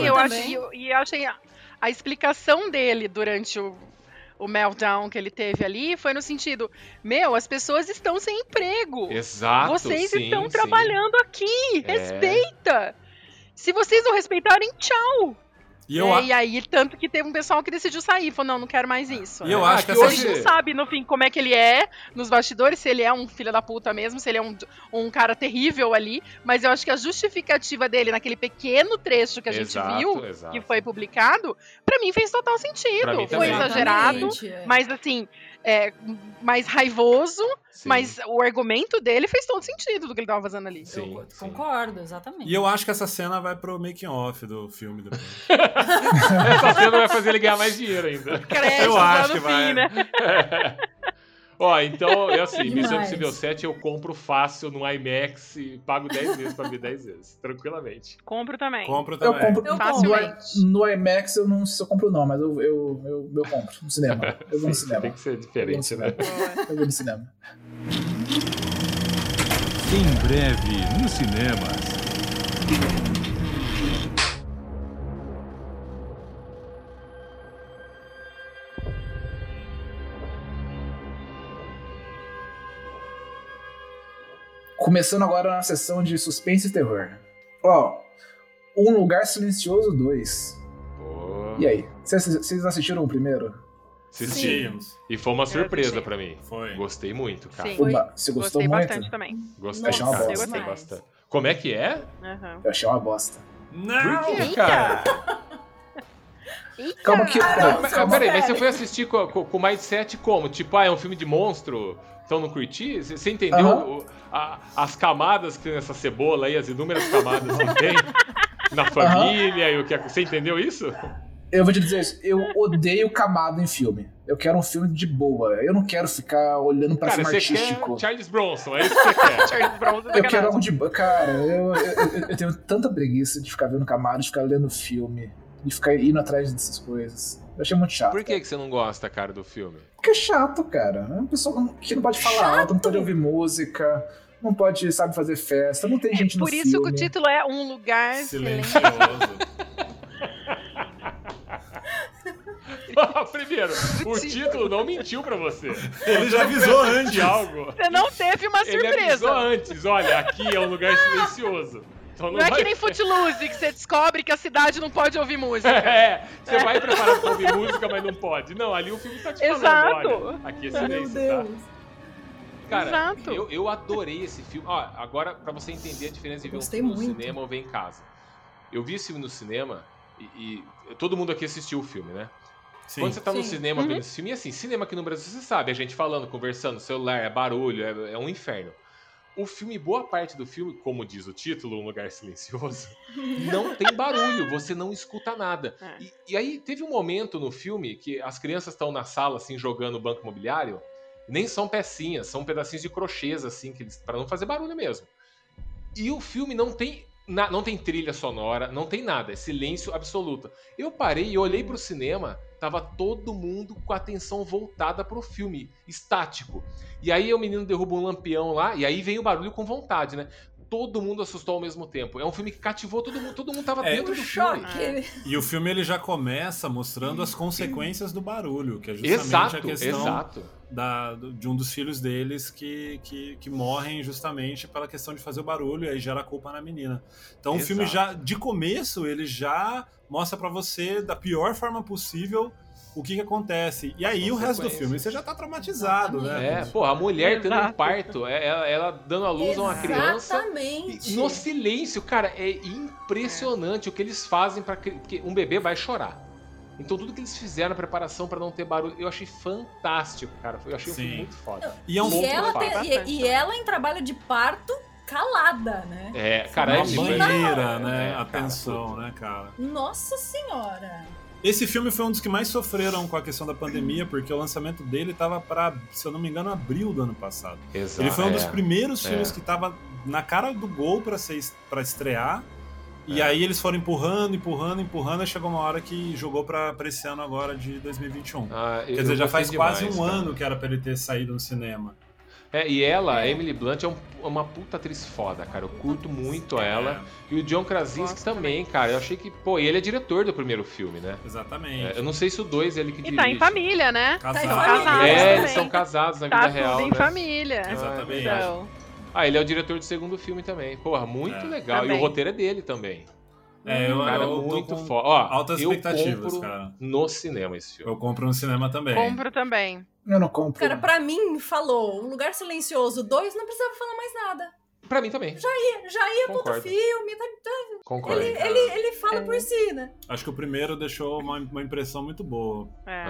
Eu achei a explicação dele durante o meltdown que ele teve ali foi no sentido, as pessoas estão sem emprego. Exato. Vocês estão trabalhando aqui. Respeita. Se vocês não respeitarem, tchau. E aí, tanto que teve um pessoal que decidiu sair, falou, não quero mais isso. E eu acho que a gente não sabe, no fim, como é que ele é nos bastidores, se ele é um filho da puta mesmo, se ele é um cara terrível ali, mas eu acho que a justificativa dele naquele pequeno trecho que a gente viu, que foi publicado, pra mim fez total sentido. Foi exagerado, mas assim, mais raivoso, Sim. mas o argumento dele fez todo sentido do que ele tava fazendo ali. Sim, Eu sim. concordo, exatamente. E eu acho que essa cena vai pro making off do filme depois. Essa cena vai fazer ele ganhar mais dinheiro ainda. Crédito Eu lá acho no que fim, vai. né? Ó, então, é assim, Missão Demais. Impossível 7 eu compro fácil no IMAX e pago 10 vezes pra ver 10 vezes, tranquilamente. Compro também. Compro Eu também. compro. Facilmente. No IMAX eu não sei se eu compro, não, mas eu compro no cinema. Eu vou no Sim, cinema. tem que ser diferente, né? Eu vou no cinema. Em breve, nos cinemas. Começando agora na sessão de suspense e terror. Ó, Um Lugar Silencioso 2. Pô, E aí? Vocês assistiram o primeiro? Assistimos. E foi uma surpresa assisti. pra mim. Foi. Gostei muito, cara. Sim. Foi. Oba, você gostou Gostei muito? bastante também. Gostei, Achei uma cara. bosta. Gostei Demais. bastante. Como é que é? Aham. Eu achei uma bosta. Não! Por quê, Eita! cara? Eita! Calma que. Peraí, mas você foi assistir com o mindset como? Tipo, é um filme de monstro, então não curti? Você entendeu Aham. as camadas que tem nessa cebola aí, as inúmeras camadas que tem na família e o que você entendeu isso? Eu vou te dizer isso, eu odeio camada em filme. Eu quero um filme de boa. Eu não quero ficar olhando pra Cara, filme você artístico. quer Charles Bronson, é isso que você quer. Charles Bronson é Eu quero sacanagem. algo de boa. Cara, eu tenho tanta preguiça de ficar vendo camada, de ficar lendo filme, de ficar indo atrás dessas coisas. Eu achei muito chato. Por que você não gosta, cara, do filme? Porque é chato, cara. É uma pessoa que não pode falar alto, não pode ouvir música, não pode, sabe, fazer festa, não tem gente no Por filme. isso que o título é Um Lugar Silencioso. Silencioso. Primeiro, o título não mentiu pra você. Ele já avisou antes. De algo. Você não teve uma Ele avisou surpresa. antes, olha, aqui é um lugar silencioso. Então Não é vai- que nem Footloose, que você descobre que a cidade não pode ouvir música. É, você vai preparado pra ouvir música, mas não pode. Não, ali o filme tá te falando, Exato. olha, aqui é Meu silêncio, Deus. tá? Cara, Exato. eu adorei esse filme. Ó, agora, pra você entender a diferença de ver um Gostei filme no muito. cinema ou ver em casa. Eu vi esse filme no cinema e todo mundo aqui assistiu o filme, né? Sim. Quando você tá no Sim. cinema vendo esse filme, e assim, cinema aqui no Brasil, você sabe, a gente falando, conversando, celular, é barulho, é um inferno. O filme, boa parte do filme, como diz o título, Um Lugar Silencioso, não tem barulho, você não escuta nada. É. E aí teve um momento no filme que as crianças estão na sala, assim, jogando banco imobiliário, nem são pecinhas, são pedacinhos de crochês, assim, que eles, pra não fazer barulho mesmo. E o filme não tem trilha sonora, não tem nada, é silêncio absoluto. Eu parei e olhei pro cinema, tava todo mundo com a atenção voltada pro filme, estático. E aí o menino derruba um lampião lá, e aí vem o barulho com vontade, né? Todo mundo assustou ao mesmo tempo. É um filme que cativou todo mundo tava dentro do filme. Choque. E o filme ele já começa mostrando as consequências do barulho, que é justamente a questão Exato. de um dos filhos deles que morrem justamente pela questão de fazer o barulho e aí gera culpa na menina. Então o filme já, de começo, ele já mostra pra você da pior forma possível o que acontece. E aí o resto do filme você já tá traumatizado, né? É, pô, a mulher tendo um Exato. parto, ela dando à luz a uma criança. Exatamente. No silêncio, cara, é impressionante o que eles fazem para que um bebê vai chorar. Então tudo que eles fizeram na preparação pra não ter barulho, eu achei fantástico, cara. Eu achei um Sim. filme muito foda. E é um E ela, bastante e ela em trabalho de parto calada, né? É, cara, uma é banheira, né? É, Atenção, né, cara? Nossa senhora. Esse filme foi um dos que mais sofreram com a questão da pandemia, porque o lançamento dele tava pra, se eu não me engano, abril do ano passado. Exato. Ele foi um dos primeiros é. filmes que tava na cara do gol pra estrear. E aí eles foram empurrando, e chegou uma hora que jogou pra esse ano agora de 2021. Quer dizer, já faz quase um ano que era pra ele ter saído no cinema. É, e ela, a Emily Blunt, é uma puta atriz foda, cara. Eu curto muito ela. E o John Krasinski Gosto também, cara. Eu achei que, pô, ele é diretor do primeiro filme, né? Exatamente. É, eu não sei se o 2 é ele que E dirige. tá em família, né? Casado. São casados É, também. eles são casados na Tá vida tudo real, em né? família. Exatamente. Então, Ele é o diretor do segundo filme também. Porra, muito legal. Também. E o roteiro é dele também. Eu Cara, tô muito com foda. Ó, altas eu expectativas, compro cara. no cinema esse filme. Eu compro no cinema também. compro também. Eu não compro. Cara, pra mim, falou Um Lugar Silencioso 2, não precisava falar mais nada. Pra mim também. Já ia pro outro Concordo. filme. Concordo. Ele fala por si, né? Acho que o primeiro deixou uma impressão muito boa.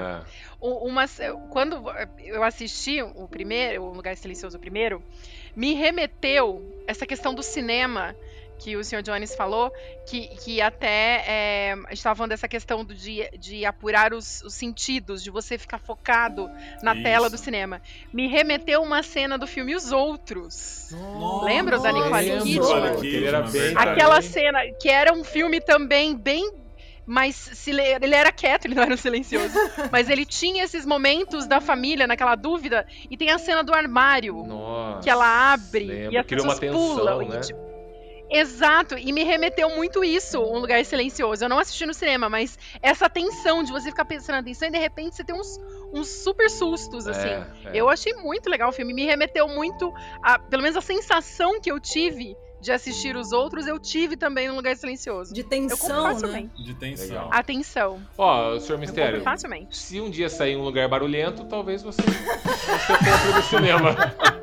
Quando eu assisti o primeiro, O Lugar Silencioso, o primeiro, me remeteu essa questão do cinema que o Sr. Jones falou, que até a gente estava falando dessa questão de apurar os sentidos, de você ficar focado na tela do cinema. Me remeteu uma cena do filme Os Outros. Lembra da Nicole Kidman? Aquela cena que era um filme também bem... Mas ele era quieto, ele não era silencioso. Mas ele tinha esses momentos da família, naquela dúvida. E tem a cena do armário, que ela abre e as pessoas pulam. Né? Exato, e me remeteu muito isso, Um Lugar Silencioso. Eu não assisti no cinema, mas essa tensão de você ficar prestando atenção e de repente você tem uns super sustos, assim. Eu achei muito legal o filme, me remeteu muito, pelo menos a sensação que eu tive de assistir Os Outros, eu tive também no Lugar Silencioso. De tensão, né? De tensão. Legal. Atenção. Ó, Sr. Mistério, facilmente. Se um dia sair Um Lugar Barulhento, talvez você compre do cinema.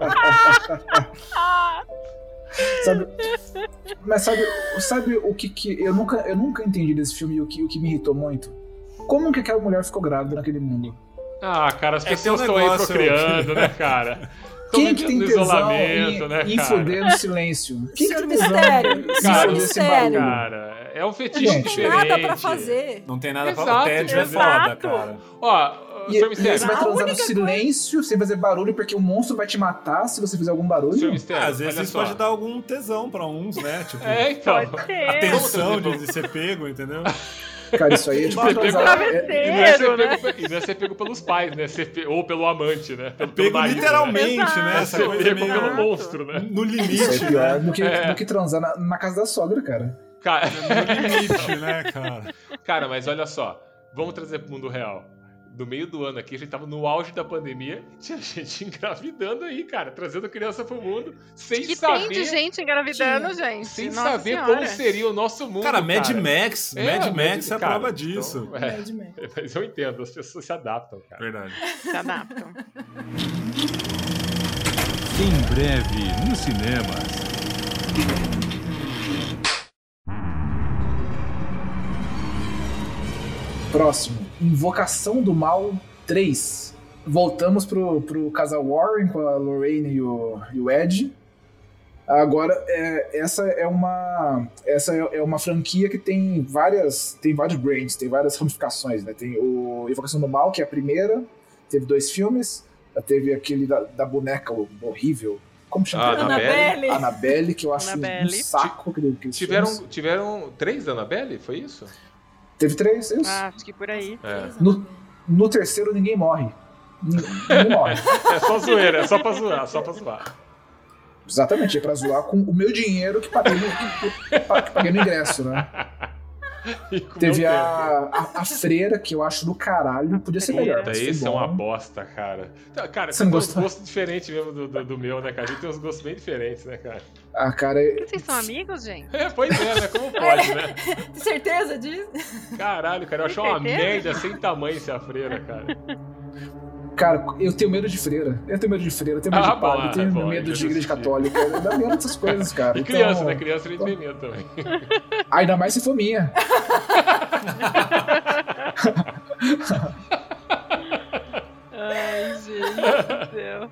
Sabe o que eu nunca entendi desse filme e o que me irritou muito? Como que aquela mulher ficou grávida naquele mundo? Ah, cara, as pessoas estão aí procriando, né, cara? Quem que tem tesão em foder no silêncio? Quem que tem mistério? Mistério. Cara, é um fetiche diferente. Não tem nada pra fazer. Não tem nada pra fazer. O tédio é foda, cara. Ó, e você vai transar no silêncio, sem fazer barulho, porque o monstro vai te matar se você fizer algum barulho. Às vezes isso pode dar algum tesão pra uns, né? Tipo, então. A tensão de ser pego, entendeu? Cara, isso aí é tipo transar. E não é ser pego pelos pais, né? Ou pelo amante, né? Pego marido, literalmente, né? Essa coisa pego pelo monstro, né? No limite. Isso é pior do que transar na casa da sogra, cara. No limite, né, cara? Cara, mas olha só. Vamos trazer pro mundo real. No meio do ano aqui, a gente tava no auge da pandemia, tinha gente engravidando aí, cara, trazendo criança pro mundo, sem saber... tem de gente engravidando, gente. Sem saber como seria o nosso mundo, cara. Mad Max é a prova disso. Então, mas eu entendo, as pessoas se adaptam, cara. Verdade. Se adaptam. Em breve, nos cinemas. Próximo. Invocação do Mal 3. Voltamos pro casal Warren com a Lorraine e o Ed. Agora, essa é uma franquia que tem vários brands, tem várias ramificações, né? Tem o Invocação do Mal, que é a primeira, teve 2 filmes, teve aquele da boneca horrível. Como chama? Annabelle, que eu acho um saco. Tiveram 3 da Annabelle, foi isso? Teve 3, isso? Acho que por aí. No terceiro ninguém morre. Ninguém morre. É só zoeira, é só pra zoar. Exatamente, é pra zoar com o meu dinheiro que paguei no ingresso, né? Teve a freira, que eu acho do caralho, podia ser melhor. Isso é uma bosta, cara. Cara, você tem uns gostos diferentes mesmo do meu, né, cara? A gente tem uns gostos bem diferentes, né, cara? Ah, cara... Vocês são amigos, gente? Pois é, né? Como pode, né? Tem certeza disso? Caralho, cara, eu achei uma merda sem tamanho ser a freira, cara. Cara, eu tenho medo de freira. Eu tenho medo de padre, eu tenho medo de igreja católica. Eu dá medo dessas coisas, cara. E criança, né? Criança a gente tem medo também. Ainda mais se for minha. Ai, gente do céu.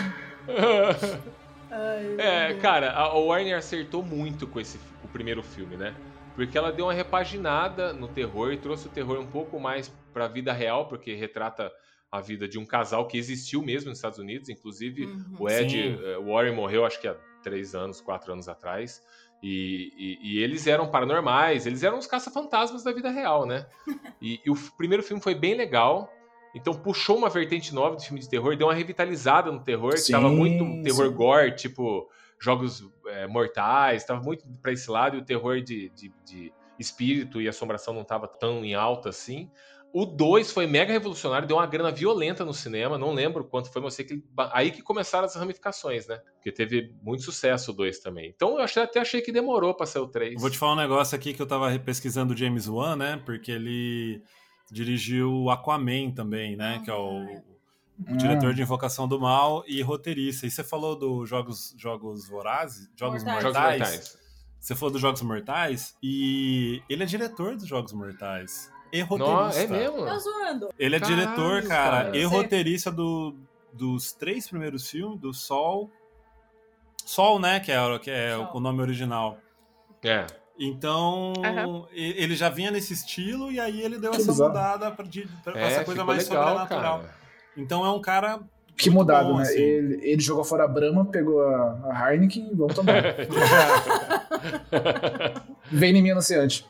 Cara, a Warner acertou muito com o primeiro filme, né? Porque ela deu uma repaginada no terror e trouxe o terror um pouco mais pra vida real, porque retrata a vida de um casal que existiu mesmo nos Estados Unidos. Inclusive, o Ed Warren morreu, acho que há 3 anos, 4 anos atrás. E eles eram paranormais, eles eram os caça-fantasmas da vida real, né? E o primeiro filme foi bem legal. Então puxou uma vertente nova do filme de terror, deu uma revitalizada no terror, que tava muito terror gore, tipo Jogos Mortais, tava muito pra esse lado, e o terror de espírito e assombração não tava tão em alta assim. O 2 foi mega revolucionário, deu uma grana violenta no cinema, não lembro quanto foi, mas eu sei que aí que começaram as ramificações, né? Porque teve muito sucesso o 2 também. Então eu até achei que demorou pra ser o 3. Vou te falar um negócio aqui que eu tava pesquisando o James Wan, né? Porque ele dirigiu o Aquaman também, né? Que é O diretor de Invocação do Mal e roteirista. E você falou dos Jogos Vorazes? Jogos Mortais. Você falou dos Jogos Mortais e ele é diretor dos Jogos Mortais. E roteirista. É mesmo? Tá zoando. Ele é diretor, cara, e Você- roteirista dos 3 primeiros filmes, do Sol. Sol, né? Que é Sol. o nome original. É. Então, Aham. ele já vinha nesse estilo e aí ele deu Que essa bizarro. mudada pra essa coisa ficou mais legal, sobrenatural. cara. Então é um cara Que muito mudado, bom, né? assim. Ele jogou fora a Brahma, pegou a Heineken e vamos tomar. Vem em mim, anunciante.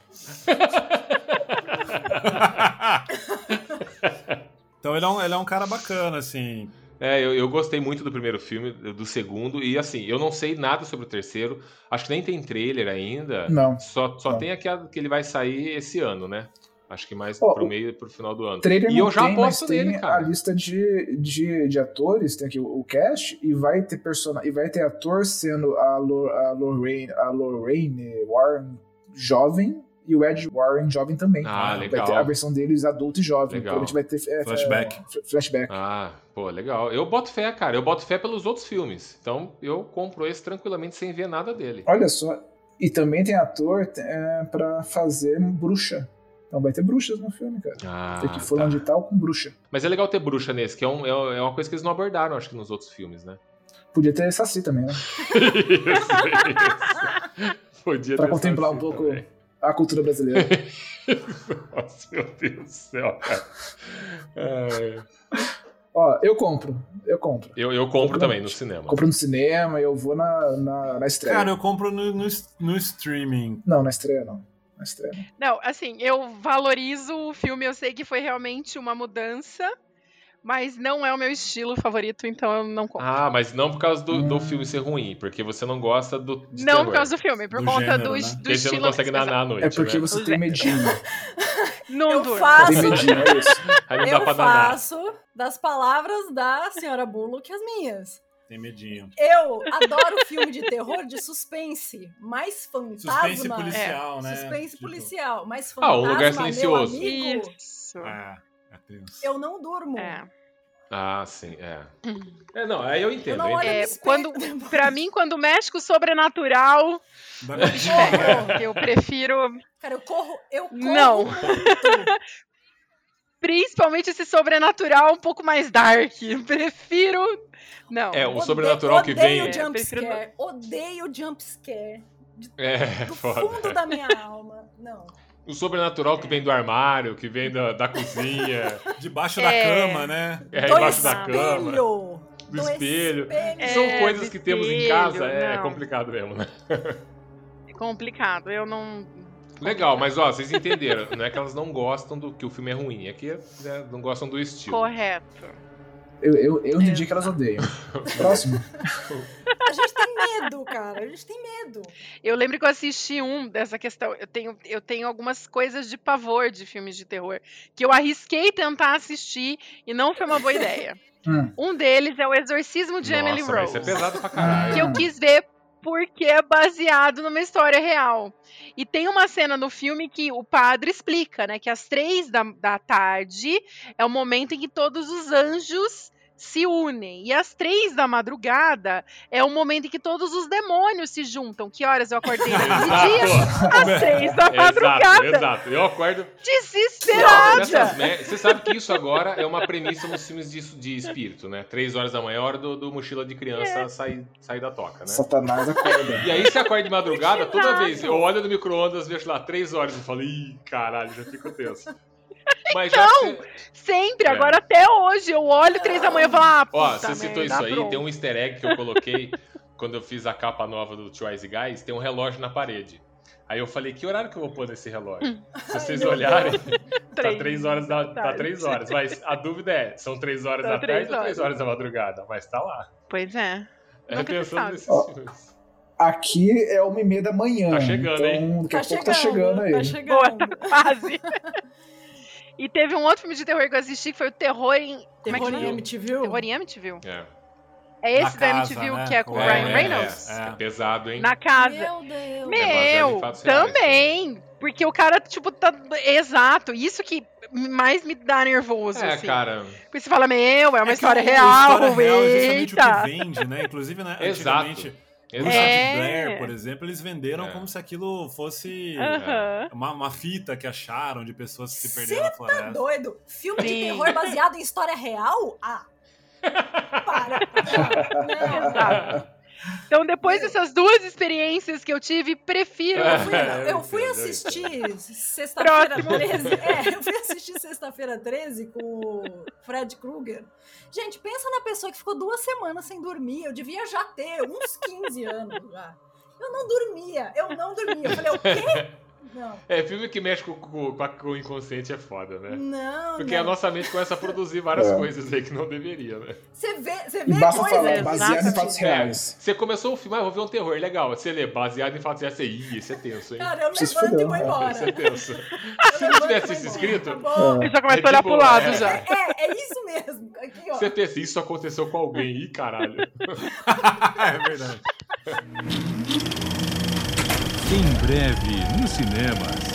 Então ele é um cara bacana, assim. Eu gostei muito do primeiro filme, do segundo, e assim, eu não sei nada sobre o terceiro, acho que nem tem trailer ainda. Não. Só Não. tem aqui que ele vai sair esse ano, né? Acho que mais Ó, pro final do ano. Trailer E não eu já tem, mas aposto tem nele, a cara. lista de atores, tem aqui o cast, e vai ter e vai ter ator sendo a Lorraine Warren jovem e o Ed Warren jovem também. Ah, Vai legal. ter a versão deles adulto e jovem. Legal. Então a gente vai ter Flashback. flashback. Ah, pô, legal. Eu boto fé, cara. Eu boto fé pelos outros filmes. Então eu compro esse tranquilamente sem ver nada dele. Olha só. E também tem ator pra fazer bruxa. Então vai ter bruxas no filme, cara. Ah, Tem que fulano de tal com bruxa. Mas é legal ter bruxa nesse, que é uma coisa que eles não abordaram, acho que nos outros filmes, né? Podia ter Saci também, né? Isso. Podia Pra ter contemplar Saci um pouco também. a cultura brasileira. Nossa, meu Deus do céu, cara. Ó, eu compro. Eu compro também no cinema. Compro no cinema, eu vou na estreia. Cara, eu compro no streaming. Não, na estreia não. Na estreia não. Não, assim, eu valorizo o filme, eu sei que foi realmente uma mudança, mas não é o meu estilo favorito, então eu não compro. Ah, mas não por causa do filme ser ruim, porque você não gosta de Não terror. por causa do filme, por Do conta gênero, do, né? do Porque você estilo. não consegue nanar à noite, É porque né? você tem medinho. Não Eu durmo. faço- Tem medinho, é isso. Aí não dá Eu pra nanar. faço das palavras da senhora Bullock as minhas. Tem medinho. Eu adoro filme de terror de suspense, mais fantasma. Suspense policial, né? Suspense Tipo, policial, mais Ah, fantasma, O Lugar Silencioso. meu amigo, Isso. É tenso. eu não durmo. É. Ah, sim, não, aí eu Eu entendo. não olho hein? no espelho. Pra mim, quando mexe com o sobrenatural, Dá pega. Eu prefiro. Cara, eu corro Não. muito. Principalmente esse sobrenatural um pouco mais dark. Prefiro. Não. O sobrenatural que vem. Odeio jump prefiro scare. Odeio jump scare. É Do foda. fundo da minha alma. Não. O sobrenatural que vem do armário, que vem da cozinha, Debaixo da cama, né? Do embaixo da cama, espelho. do espelho. espelho. São coisas que temos em casa, é não. complicado mesmo, né? É complicado. Eu não. Legal, mas ó, vocês entenderam. Não é que elas não gostam do que o filme é ruim, é que não gostam do estilo. Correto. Eu entendi que elas odeiam. Próximo. A gente tem medo, cara. A gente tem medo. Eu lembro que eu assisti dessa questão. Eu tenho algumas coisas de pavor de filmes de terror que eu arrisquei tentar assistir e não foi uma boa ideia. Um deles é O Exorcismo de Emily Nossa, mas Rose. isso é pesado pra caralho. Que eu quis ver porque é baseado numa história real. E tem uma cena no filme que o padre explica, né? Que às 3 da tarde é o momento em que todos os anjos se unem. E às 3 da madrugada é o momento em que todos os demônios se juntam. Que horas eu acordei naquele dia? Às 3 da madrugada. Exato. Eu acordo. Desesperada. Você sabe que isso agora é uma premissa nos filmes de espírito, né? 3 horas da manhã é a hora do mochila de criança sair da toca, né? Satanás acorda. E aí você acorda de madrugada, toda vez eu olho no micro-ondas, vejo lá 3 horas e falo, ih, caralho, já fico tenso. Mas já que Sempre, agora até hoje, eu olho 3 da manhã e falo, ah, puta Ó, você citou merda, isso aí, pronto. tem um easter egg que eu coloquei quando eu fiz a capa nova do Two Wise Guys, tem um relógio na parede. Aí eu falei, que horário que eu vou pôr nesse relógio? Se vocês olharem, tá 3 horas tá 3 horas. Mas a dúvida é, são 3 horas da tarde ou 3 horas da madrugada? Mas tá lá. Pois é. É Nunca se pensando sabe. nesses filmes. Aqui é 1h30 da manhã. Tá chegando, hein? Então, daqui a pouco tá chegando aí. Tá chegando. Boa, tá quase. E teve um outro filme de terror que eu assisti, que foi o Terror em... Terror como é que em é? MTV. Terror em MTV. É. É esse Na da casa, MTV né? que é com o É, Ryan é, Reynolds? É pesado, hein? Na casa. Meu Deus. baseado em Meu, fatos reais, também. Porque o cara, tipo, tá... Exato. Isso que mais me dá nervoso, assim. Cara. Porque você fala, é uma história que real, história real é justamente eita. o que vende, né? Inclusive, né, Exato. antigamente, o Exato. Richard Blair, por exemplo, eles venderam como se aquilo fosse Aham. uma fita que acharam de pessoas que se perderam na Tá floresta. doido? Filme de Sim. terror baseado em história real? Ah. Para. Não. Exato. Então, depois dessas duas experiências que eu tive, prefiro. Eu fui assistir Sexta-feira 13. Eu fui assistir Sexta-feira 13 com o Fred Krueger. Gente, pensa na pessoa que ficou 2 semanas sem dormir. Eu devia já ter uns 15 anos já. Eu não dormia. Eu falei, o quê? Não. Filme que mexe com o inconsciente é foda, né? Não, Porque a nossa mente começa a produzir várias coisas aí que não deveria, né? Você vê E basta falar, coisas. baseado em fatos reais. Você começou o filme, vou ver um terror, legal. Você lê baseado em fatos reais, esse é tenso, hein? Cara, eu Você se levanto e fudeu, vou né? embora. Esse é tenso. Eu Se não levanto e tivesse vou isso embora. escrito, Tá bom. Eu já começo É a olhar de pro boa, lado é. já. É isso mesmo. Aqui, ó. você pensa, isso aconteceu com alguém. Ih, caralho. É verdade. Em breve, nos cinemas.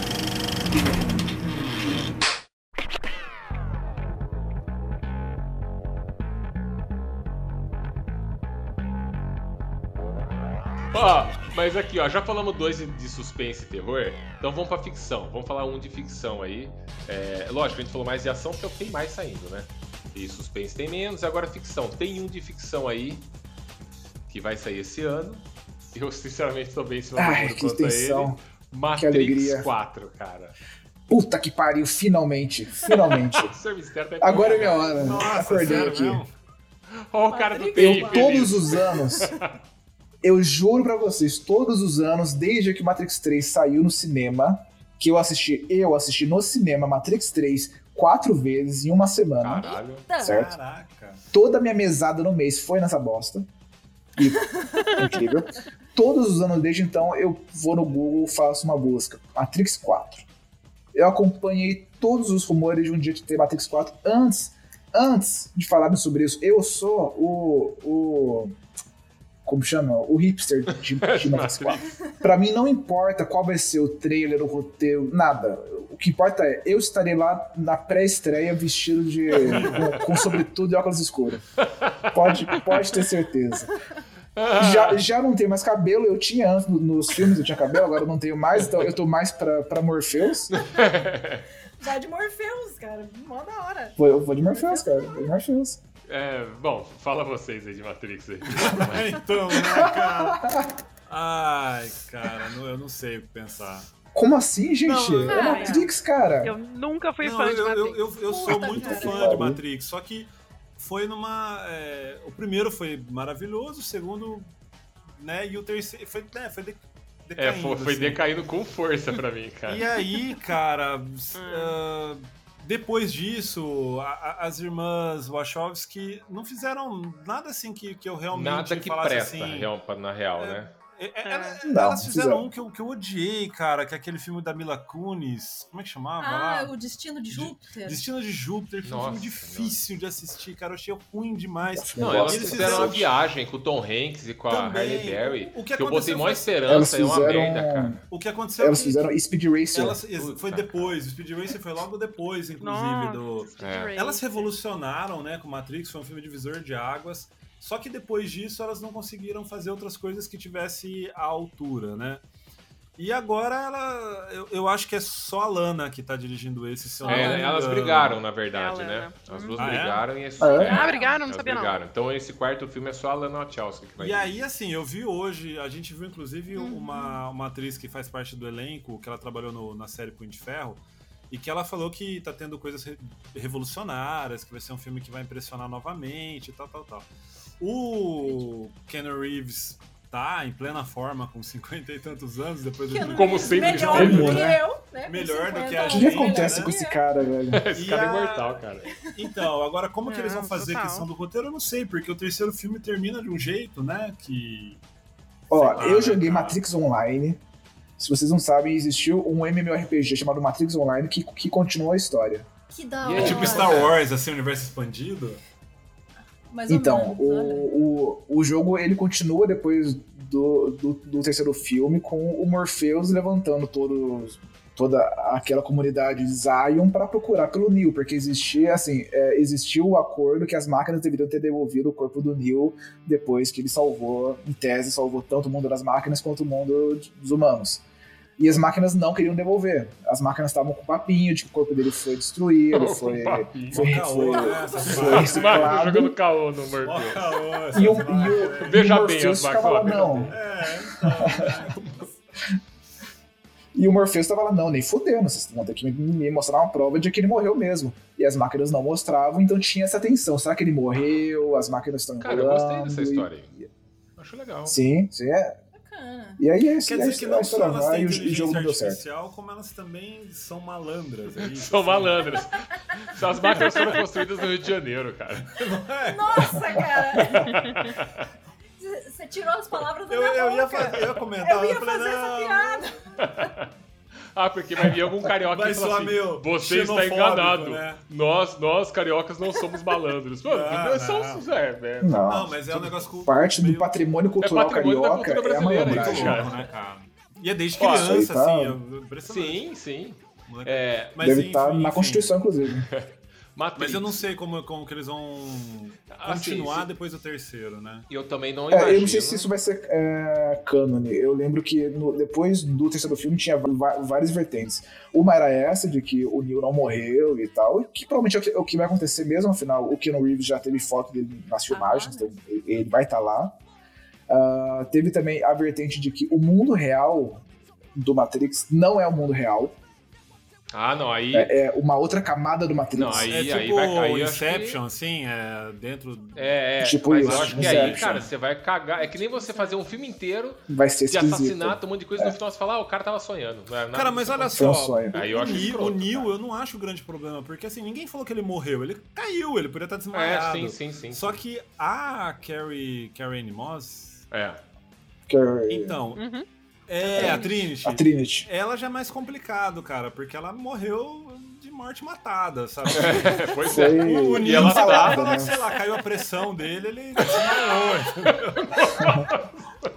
Ó, mas aqui, ó, já falamos 2 de suspense e terror, então vamos pra ficção. Vamos falar um de ficção aí. Lógico, a gente falou mais de ação porque é o que tem mais saindo, né? E suspense tem menos, agora ficção. Tem um de ficção aí que vai sair esse ano. Eu, sinceramente, tô bem em cima do Ai, muro que quanto a ele. tensão. Matrix alegria. 4, cara. Puta que pariu, finalmente. Finalmente. O Sr. Mistério tá Agora é empolgado. minha hora. Nossa, Acordei sério aqui. mesmo? Ó, o cara do Eu, TI Eu, feliz. todos os anos, eu juro pra vocês, todos os anos, desde que Matrix 3 saiu no cinema, que eu assisti no cinema Matrix 3 4 vezes em uma semana, Caralho. certo? Caraca. Toda a minha mesada no mês foi nessa bosta. E, incrível. Todos os anos desde então, eu vou no Google, faço uma busca. Matrix 4. Eu acompanhei todos os rumores de um dia de ter Matrix 4 antes de falarem sobre isso. Eu sou o como chama? O hipster de Matrix 4. Pra mim não importa qual vai ser o trailer, o roteiro, nada. O que importa é, eu estarei lá na pré-estreia vestido com sobretudo e óculos escuros. Pode ter certeza. Já não tenho mais cabelo, eu tinha antes nos filmes, eu tinha cabelo, agora eu não tenho mais, então eu tô mais pra Morpheus. Vai de Morpheus, cara. Mó da hora. Eu vou de Morpheus, cara. Vou de Morpheus. Bom, fala vocês aí de Matrix aí. Então, né, cara? Ai, cara, eu não sei o que pensar. Como assim, gente? Não, é Matrix, cara. Eu nunca fui Não, fã de Matrix. eu sou Puta, muito cara. fã de Matrix, só que foi numa... o primeiro foi maravilhoso, o segundo, né, e o terceiro foi decaindo. Foi assim. decaindo com força pra mim, cara. E aí, cara, depois disso, as irmãs Wachowski não fizeram nada assim que eu realmente Nada que falasse presta, assim... na real, né? Elas fizeram um que eu odiei, cara, que é aquele filme da Mila Kunis. Como é que chamava lá? O Destino de Júpiter. Destino de Júpiter, que foi um Nossa, filme difícil de assistir, cara. Eu achei ruim demais. Não, Eu elas gosto. fizeram uma viagem com o Tom Hanks e com a Também. Halle Berry, O que que eu botei aconteceu maior foi- esperança, é Elas uma fizeram- merda, cara. O que aconteceu Elas que fizeram Speed Racer. foi depois. O Speed Racer foi logo depois, inclusive, do... Elas revolucionaram, né, com Matrix, foi um filme divisor de águas, só que depois disso elas não conseguiram fazer outras coisas que tivesse à altura, né? E agora eu acho que é só a Lana que tá dirigindo esse, se eu não me Elas engano. brigaram, na verdade, É a né? Lana. As duas Ah, é? brigaram e esse... brigaram? Não elas sabia não. brigaram. Então esse quarto filme é só a Lana Wachowski que vai E aí, assim, eu vi hoje, a gente viu inclusive uma atriz que faz parte do elenco, que ela trabalhou na série Punho de Ferro, e que ela falou que tá tendo coisas revolucionárias, que vai ser um filme que vai impressionar novamente e tal. O Keanu Reeves tá em plena forma, com 50 e tantos anos, depois do... Como sempre, Melhor Como, do que né? eu, né? Melhor do que O a que gente, acontece né? com esse cara, velho? Esse cara é imortal, cara. Então, agora como que eles vão fazer a total. questão do roteiro, eu não sei, porque o terceiro filme termina de um jeito, né, que... Ó, Sei lá, eu né, joguei cara? Matrix Online. Se vocês não sabem, existiu um MMORPG chamado Matrix Online que continua a história. Que da E hora. é É tipo Star Wars, assim, universo expandido? Mais ou Então, menos, olha. o jogo ele continua depois do terceiro filme com o Morpheus levantando toda aquela comunidade de Zion para procurar pelo Neo, porque existia o acordo que as máquinas deveriam ter devolvido o corpo do Neo depois que ele salvou, em tese, salvou tanto o mundo das máquinas quanto o mundo dos humanos. E as máquinas não queriam devolver. As máquinas estavam com papinho de que o corpo dele foi destruído, foi reciclado. Jogando caô no Morpheus. E o Veja bem, Morpheus ficava lá, não. E o Morpheus estava lá, não, nem fudendo, vocês vão ter que me mostrar uma prova de que ele morreu mesmo. E as máquinas não mostravam, então tinha essa tensão. Será que ele morreu? As máquinas estão enrolando? Cara, eu gostei dessa história aí. Acho legal. Sim, é. E aí quer dizer que não só elas têm o jogo não deu certo. Artificial, como elas também são malandras. São malandras. As máquinas foram construídas no Rio de Janeiro, cara. Nossa, cara! Você tirou as palavras da minha boca. Eu ia comentar. Eu ia fazer essa piada. Porque vai vir algum carioca e falar assim, você está enganado. Né? Nós, cariocas, não somos malandros. Não, mas é um negócio... Parte do patrimônio cultural carioca é a malandragem. Né, cara? E é desde criança, assim. Sim. Mas, deve estar na Constituição, inclusive. Mas eu não sei como que eles vão continuar depois do terceiro, né? E eu também não imagino. Eu não sei se isso vai ser cânone. Eu lembro que depois do terceiro filme tinha várias vertentes. Uma era essa, de que o Neo não morreu e tal, que provavelmente é o que vai acontecer mesmo, afinal, o Keanu Reeves já teve foto dele nas filmagens, então ele vai estar lá. Teve também a vertente de que o mundo real do Matrix não é o mundo real. Não, aí... É uma outra camada do Matrix. Não, aí tipo Inception, assim, dentro... tipo mas isso, eu acho que aí, cara, você vai cagar. É que nem você fazer um filme inteiro vai ser de assassinato, um monte de coisa, no final você fala, o cara tava sonhando. Cara, mas olha só, aí eu acho o Neo eu não acho o grande problema, porque assim, ninguém falou que ele morreu, ele caiu, ele poderia estar desmaiado. Sim. Só que a Carrie Ann Moss... Então... A Trinity. Ela já é mais complicado, cara, porque ela morreu de morte matada, sabe? Pois é. O Neo tava, sei lá, caiu a pressão dele, ele desmaiou.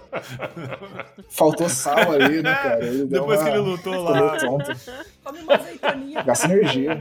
Faltou sal ali, né, cara? Depois que ele lutou lá. Come uma azeitoninha. Gasta energia.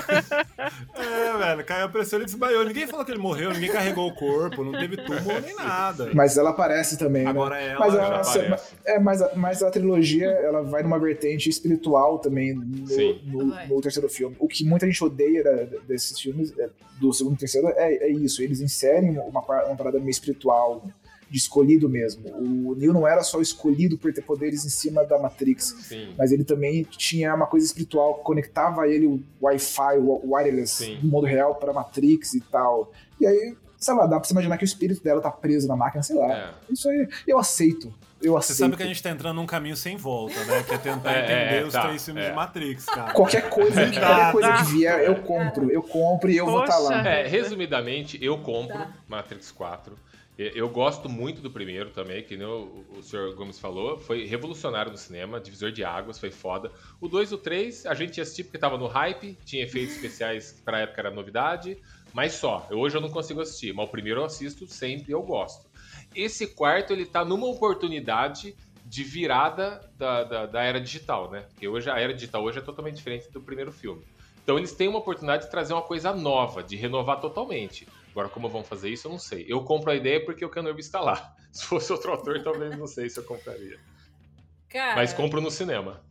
Velho, caiu a pressão, ele desmaiou. Ninguém falou que ele morreu, ninguém carregou o corpo, não teve túmulo nem nada. Mas ela aparece também, agora né? Ela já aparece. Mas a trilogia, ela vai numa vertente espiritual também no terceiro filme. O que muita gente odeia desses filmes, do segundo e terceiro, é isso. Eles inserem uma parada meio espiritual, de escolhido mesmo. O Neo não era só escolhido por ter poderes em cima da Matrix, mas ele também tinha uma coisa espiritual que conectava ele, o Wi-Fi, o wireless do mundo real pra Matrix e tal. E aí, sei lá, dá pra você imaginar que o espírito dela tá preso na máquina, sei lá. Isso aí, eu aceito. Você sabe que a gente tá entrando num caminho sem volta, né? Que é tentar entender os 3 filmes de Matrix, cara. Qualquer coisa que vier, eu compro e eu vou estar lá. Resumidamente, eu compro Matrix 4. Eu gosto muito do primeiro também, que nem o Sr. Gomes falou, foi revolucionário no cinema, divisor de águas, foi foda. O 2 e o 3, a gente ia assistir porque tava no hype, tinha efeitos especiais que pra época era novidade, mas só. Hoje eu não consigo assistir, mas o primeiro eu assisto sempre, eu gosto. Esse quarto, ele tá numa oportunidade de virada da era digital, né? Porque hoje a era digital hoje é totalmente diferente do primeiro filme. Então eles têm uma oportunidade de trazer uma coisa nova, de renovar totalmente. Agora, como vão fazer isso, eu não sei. Eu compro a ideia porque o Keanu Reeves está lá. Se fosse outro ator, talvez não sei se eu compraria. Cara, mas compro no cinema.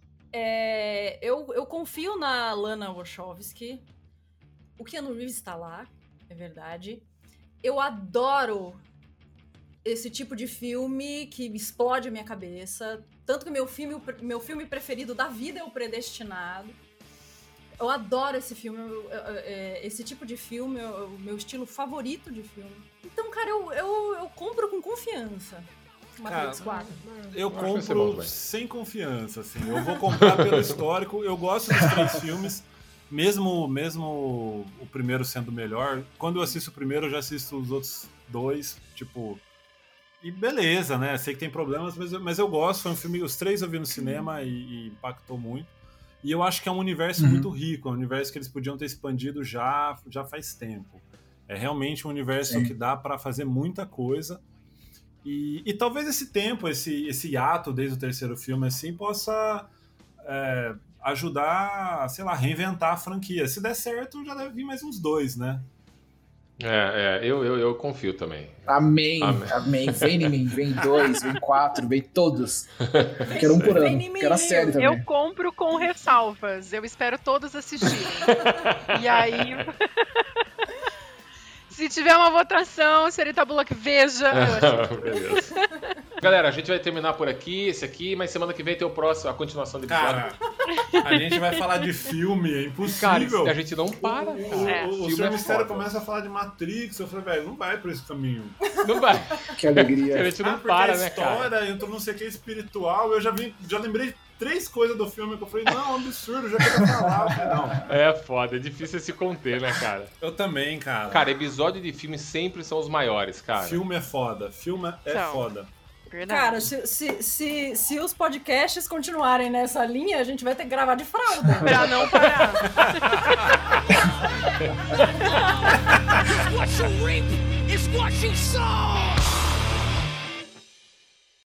Eu confio na Lana Wachowski. O Keanu Reeves está lá, é verdade. Eu adoro esse tipo de filme que explode a minha cabeça. Tanto que meu filme preferido da vida é O Predestinado. Eu adoro esse filme, esse tipo de filme, é o meu estilo favorito de filme. Então, cara, eu compro com confiança. Matrix 4. Eu compro sem confiança, assim. Eu vou comprar pelo histórico. Eu gosto dos 3 filmes, mesmo o primeiro sendo melhor. Quando eu assisto o primeiro, eu já assisto os outros 2, tipo... E beleza, né? Sei que tem problemas, mas eu gosto. Foi um filme, os 3 eu vi no cinema e impactou muito. E eu acho que é um universo muito rico, é um universo que eles podiam ter expandido já faz tempo. É realmente um universo que dá para fazer muita coisa. E talvez esse tempo, esse hiato desde o terceiro filme, assim, possa ajudar, sei lá, reinventar a franquia. Se der certo, já deve vir mais uns 2, né? Eu confio também. Amém. Vem em mim, vem 2, vem 4, vem todos. Quero um por ano. Quero a série também. Eu compro com ressalvas. Eu espero todos assistirem. E aí... Se tiver uma votação, se ele tabula que veja. Beleza. Galera, a gente vai terminar por aqui, esse aqui, mas semana que vem tem o próximo, a continuação do episódio. Cara, a gente vai falar de filme, é impossível. Cara, a gente não para. O Senhor Mistério começa a falar de Matrix, eu falei, velho, não vai por esse caminho. Não vai. Que alegria. A gente não para, né, cara? História, então não sei o que é espiritual, eu já lembrei 3 coisas do filme que eu falei, não, é um absurdo, já quero falar. Não. É foda, é difícil se conter, né, cara? Eu também, cara. Cara, episódio de filme sempre são os maiores, cara. Filme é foda, foda. Verdade. Cara, se os podcasts continuarem nessa linha, a gente vai ter que gravar de fralda. Pra não parar. What you reap is what you sow.